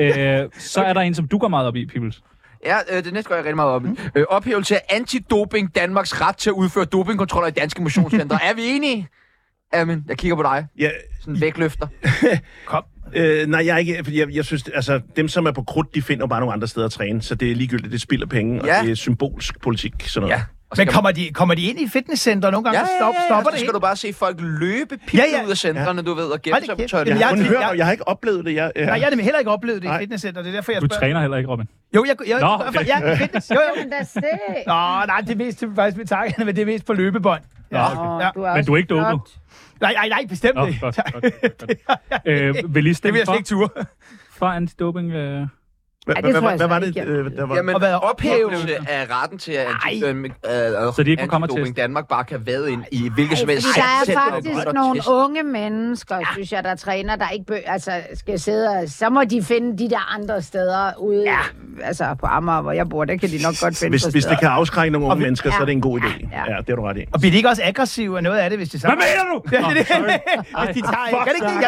Så er der en, som du går meget op i, Peoples. Ja, det næste går jeg rigtig meget op i. Ophævelse af antidoping, Danmarks ret til at udføre dopingkontroller i danske motionscentre. Er vi enige? Amen, jeg kigger på dig. Ja. Sådan en vægtløfter. Kom. Nej, jeg er ikke, fordi jeg synes, altså dem, som er på krudt, de finder bare nogle andre steder at træne, så det er ligegyldigt, det spilder penge, og det er symbolsk politik, sådan noget. Ja. Men kommer de ind i fitnesscenter nogle gange? Stopper det så skal du bare se folk løbe ud af centrene, du ved, og gemme sig på toilettet. Jeg har ikke oplevet det. Nej, jeg har nemlig heller ikke oplevet det i fitnesscenter, det er derfor, jeg spørger. Du træner heller ikke, Robin? Jo, jeg fitness. Jo. Men da se. Nej, det er mest faktisk med takkerne, men det er mest på løbebånd. Men du er ikke dopet? Nej, bestemt ikke. Vil I stemme det vil jeg slet ikke for antidoping? Hvad var det, der var? Jamen, ophævelse af retten til at så de ikke kommer til Danmark bare kan vade ind i hvilket som helst. Der er faktisk nogle unge mennesker, synes jeg, der træner, der ikke skal sidde og... Så må de finde de der andre steder ude. Ja. Altså på Amager, hvor jeg bor, der kan de nok godt finde hvis det kan afskrække nogle unge mennesker, så er det en god idé. Ja, det er du ret i. Og bliver de ikke også aggressive af noget af det, hvis de så... Hvad mener du? Hvis de tager... Kan det ikke?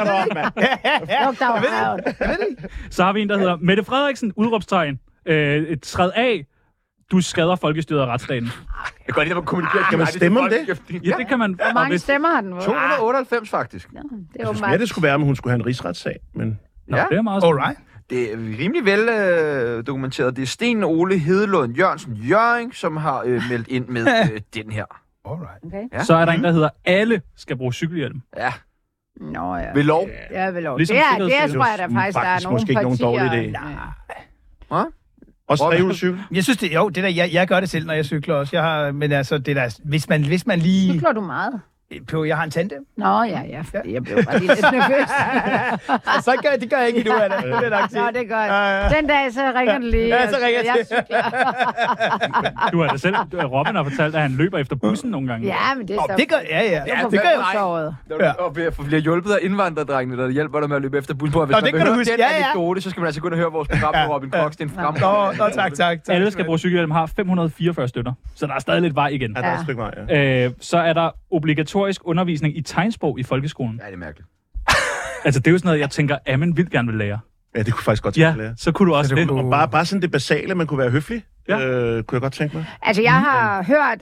Jeg ved det. Så har vi en, der hedder Mette Frederiksen, udråbstegn. Træd af. Du skader folkestyret og retsstaten. Jeg kan godt lide, at kommunikere. Kan man stemme om det? Ja, det kan man. Hvor mange stemmer har den? 298 faktisk. Ja, jeg synes mere, det skulle være, at hun skulle have en rigsretssag. Men... Nå, det er meget alright. Det er rimelig vel dokumenteret. Det er Sten Ole Hedelund Jørgensen Jørgen, som har meldt ind med den her. Alright. Okay. Ja. Så er der en, der hedder Alle skal bruge cykelhjelm. Ja. Nå ja. Ved lov. Ja, ved lov. Ligesom det tror jeg da faktisk, der er nogle måske partier... Ikke nogen dårlig idé. Hvad? Også trehjulscykel? Jeg synes, jeg gør det selv, når jeg cykler også. Men altså, det der, hvis man lige... Cykler du meget? Jeg har en tandem. Nå, ja. Jeg blev bare lige lidt nervøs. Det gør jeg ikke endnu, Anna. Det er nok til. Nå, det gør jeg. Den dag, så ringer den lige. Ja, så ringer jeg til. Du har da selv... Robin har fortalt, at han løber efter bussen nogle gange. Ja, men det er så... Det gør jeg, det gør jeg jo. Og bliver hjulpet af indvandrerdrengene, der hjælper dig med at løbe efter bussen. Hvis det kan du huske. Den anekdote, så skal man altså gå ind og høre vores program med Robin Cox. Det er en fremragende. Tak. Alle skal bruge cykelhjelm har 544 støtter. Så der er stadig lidt vej igen. Ja, der er et stykke vej, så er der obligatorisk undervisning i tegnsprog i folkeskolen. Ja, det er mærkeligt. Altså, det er jo sådan noget, jeg tænker, Amen vildt gerne vil lære. Ja, det kunne faktisk godt lære. Ja, så kunne du også det. Og bare sådan det basale, man kunne være høflig, kunne jeg godt tænke mig. Altså, jeg har hørt,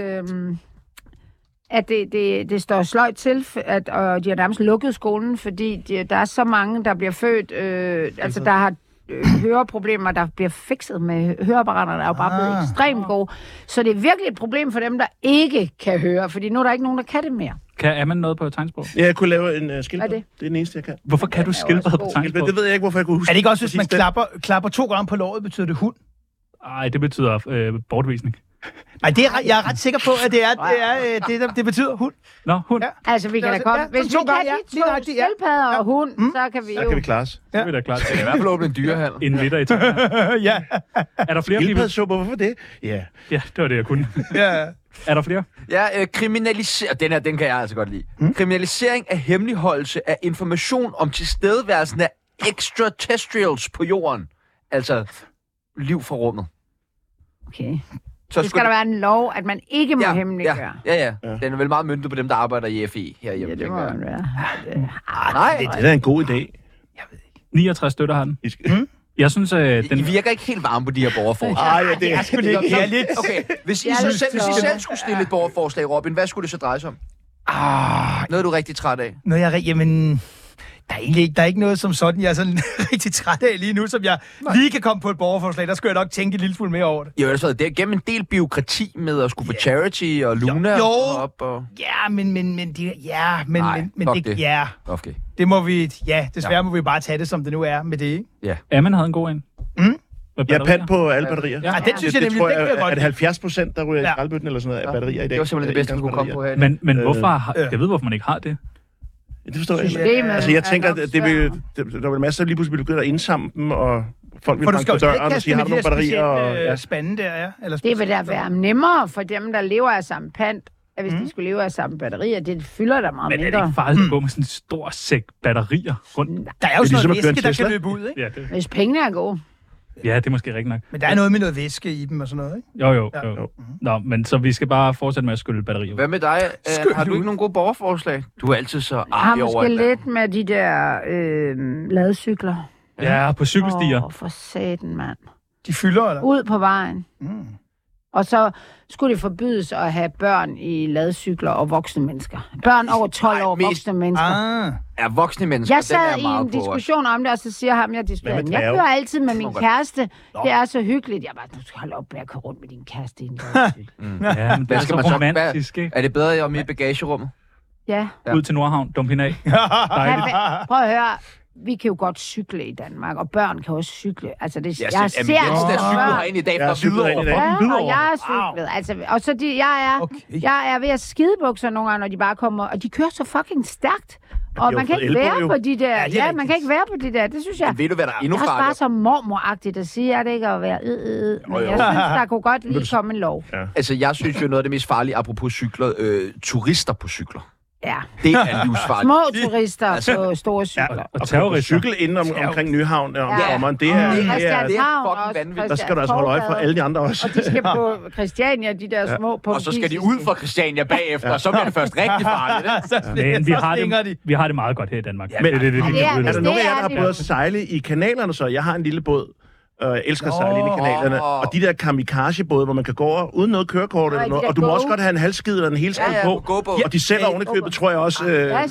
at det står sløjt til, og de har nærmest lukket skolen, fordi der er så mange, der bliver født, der har høreproblemer, der bliver fikset med høreapparater, der er jo bare blevet ekstremt gode. Så det er virkelig et problem for dem, der ikke kan høre, fordi nu er der ikke nogen, der kan det mere. Kan Amen noget på tegnsprog? Ja, jeg kunne lave en skildpadde. Det er den eneste, jeg kan. Hvorfor kan du skildpadde på tegnsprog? Det ved jeg ikke, hvorfor jeg kunne huske. Er det ikke også, hvis man klapper 2 gange på låret, betyder det hund? Nej, det betyder bortvisning. Nej, jeg er ret sikker på, at det betyder hund. Nå, hund. Ja. Altså, vi kan da komme... Hvis vi kan de 2 skildpadder og hund, så kan vi jo... Så kan vi klare os. Så er vi da klart. Det er i hvert fald åbne en dyrehandel. En liter i tegn. Ja. Er der flere skildpaddesuppe, hvorfor det? Ja. Ja, det var det, jeg kunne. Ja. Er der flere? Ja, den kan jeg altså godt lide. Kriminalisering af hemmeligholdelse af information om tilstedeværelsen af extraterrestrials på jorden. Altså liv fra rummet. Okay. Så skal der være en lov, at man ikke må hemmeliggøre. Ja. Den er vel meget møntet på dem, der arbejder i FE herhjemme. Ja, det må man være. Nej. Det er da en god idé. Jeg ved ikke. 69 støtter har den. Jeg synes, den... I virker ikke helt varme på de her borgerforslag. Nej, det er sgu ikke lidt. Okay, hvis I selv skulle stille et borgerforslag, Robin, hvad skulle det så dreje sig om? Noget er du rigtig træt af? Jamen... Der er ikke noget som sådan, jeg er sådan rigtig træt af lige nu, som jeg lige kan komme på et borgerforslag. Der skulle jeg nok tænke en lille smule mere over det. Jo, det er gennem en del byråkrati med at skulle få Charity og Luna op og... Ja, men Okay. Det må vi... Ja, desværre må vi bare tage det, som det nu er med det, ikke? Ja. Amman havde en god en. Jeg er pant på alle batterier. Ja, den synes jeg nemlig, det kan jeg godt. Er det 70%, der ryger i skraldbøtten eller sådan noget af batterier i dag? Det var simpelthen det bedste, man kunne komme på her. Men hvorfor... Jeg ved, hvorfor man ikke har det. Det forstår jeg ikke. Altså, jeg tænker, at der vil masser af lige pludselig begynde at indsamle dem, og folk vil banke på døren og sige, har du nogle batterier? Spande der, ja. Eller det vil da være nemmere for dem, der lever af samme pant, at hvis de skulle leve af samme batterier, det fylder der meget mindre. Men er det ikke farligt at gå med sådan en stor sæk batterier rundt? Der er jo sådan noget væske, der kan løbe ud, ikke? Ja, hvis pengene er gode. Ja, det er måske rigtigt nok. Men der er noget med noget væske i dem og sådan noget, ikke? Jo. Nå, men så vi skal bare fortsætte med at skylle batterier. Hvad med dig? Har du ikke nogen gode borgerforslag? Du er altid så arg over det. Jeg har måske lidt med de der ladecykler. Ja, på cykelstier. For satan, mand. De fylder, eller? Ud på vejen. Og så skulle det forbydes at have børn i ladecykler og voksne mennesker. Børn over 12 år, voksne mennesker. Ja, voksne mennesker. Jeg sad i en diskussion om det, og så siger ham, jeg kører altid med min kæreste. Det er så hyggeligt. Jeg bare, du skal holde op med at køre rundt med din kæreste i en ladecykl. Ja, men det er så romantisk, ikke? Er det bedre om i bagagerummet? Ja. Ud til Nordhavn, Dumpinag. Prøv at høre. Vi kan jo godt cykle i Danmark, og børn kan også cykle. Altså, det, jeg ser cykler herinde i dag fra Hvidovre. Ja, og jeg er cyklet. Altså, og så jeg er ved at skidebukser nogle gange, når de bare kommer, og de kører så fucking stærkt. Og man kan ikke være på de der. Ja, man kan ikke være på de der. Det synes jeg. Men ved du, hvad der er endnu farligere? Det er også bare så mormoragtigt at sige, at det ikke at være Men jeg synes, der kunne godt lige komme en lov. Altså, jeg synes jo noget af det mest farlige, apropos cykler, turister på cykler. Ja. Det er livsfarligt. Små turister på store cykler. Og terrorister. Cykel inden omkring Nyhavn om sommeren, det er fucking vanvittigt. Der skal du altså holde øje for alle de andre også. Og de skal på Christiania, de der små og så skal de ud fra Christiania bagefter, og så bliver det først rigtig farligt. Men vi har det meget godt her i Danmark. Men er der nogen af jer, der har prøvet at sejle i kanalerne så? Jeg har en lille båd. Jeg elsker at sejle ind i kanalerne. Og de der kamikaze-både, hvor man kan gå over uden noget kørekort eller noget. Og du må også godt have en halvskid eller en helskid på. Og de sælger ovenikøbet, tror jeg også.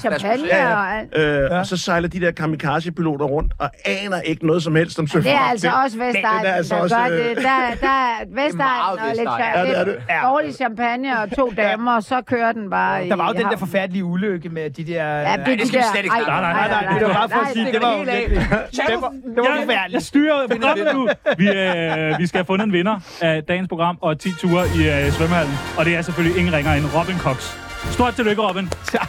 Champagne. Og så sejler de der kamikaze-piloter rundt og aner ikke noget som helst om søfart. Det er altså også Vestegnen, der gør det. Der er Vestegnen og lidt dårlig champagne og 2 damer, og så kører den bare i... Der var jo den der forfærdelige ulykke med de der... Ja, det skal slet ikke starte. Nej, det var bare for at sige, det var jo virkelig... Det var forfærdeligt. Jeg styrer nu. Vi skal have fundet en vinder af dagens program og 10 ture i svømmehallen. Og det er selvfølgelig ingen ringer end Robin Cox. Stort tillykke, Robin.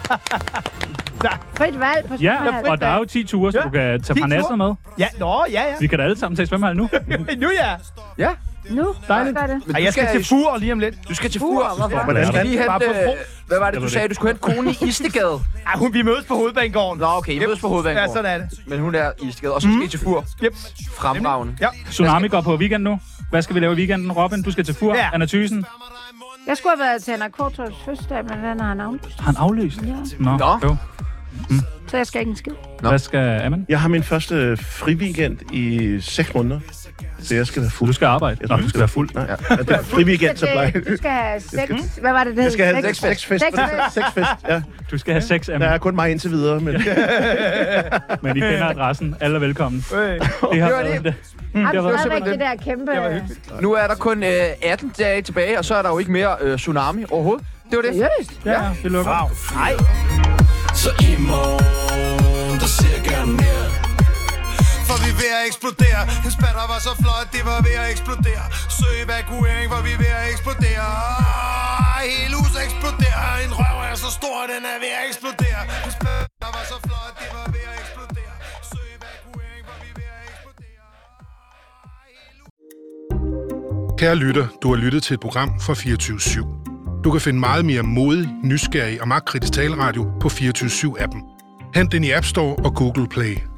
Frit valg på svømmehallen. Ja, og der er jo 10 ture, så du kan tage parnasset med. Ja, ja. Vi kan da alle sammen tage i svømmehallen nu. Nu, ja. Ja. Nu? Dejligt. Jeg skal til Fur lige om lidt. Du skal til Fur? Hvordan skal lige hente... Hvad var det, du sagde? Du skulle hente kone i Istegade? Vi mødes på Hovedbanegården. Nå, okay, I mødes på Hovedbanegården. Ja, sådan er det. Men hun er i Istegade, og så skal I til Fur. Yep. Fremragende. Ja. Tsunami går på weekend nu. Hvad skal vi lave i weekenden, Robin? Du skal til Fur. Ja. Anna Thyssen. Jeg skulle have været til NRK-tors fødselsdag, men den har han aflyst. Har han aflyst? Ja. Nå. Så jeg skal ikke en skid. Hvad skal Amman? Jeg har min første friweekend i 6 måneder. Så jeg skal være fuld. Du skal arbejde? Nå, du skal være fuld. Nej, det er friweekend, så plejer du skal have sex. Hvad var det, det hed? Jeg skal have sexfest. Sexfest, ja. Du skal have sex, Amman. Der er kun mig indtil videre, men... Men I kender adressen. Alle er velkommen. Det har været det. Har du stadigvæk det der kæmpe... Nu er der kun 18 dage tilbage, og så er der jo ikke mere tsunami overhovedet. Det var det. Seriøst? Ja, det lukker. Wow. Nej. Så i morgen, der ser jeg gerne mere. For vi er ved at eksplodere. En spatter var så flot, det var ved at eksplodere. Søg evakuering, for vi er ved at eksplodere. Hele huset eksploderer. En røv er så stor, den er ved at eksplodere. En spatter var så flot, det var ved at eksplodere. Søg evakuering, for vi er ved at eksplodere. Kære lytter, du har lyttet til et program fra 24/7. Du kan finde meget mere modig, nysgerrig og magtkritisk taleradio på 24/7-appen. Hent den i App Store og Google Play.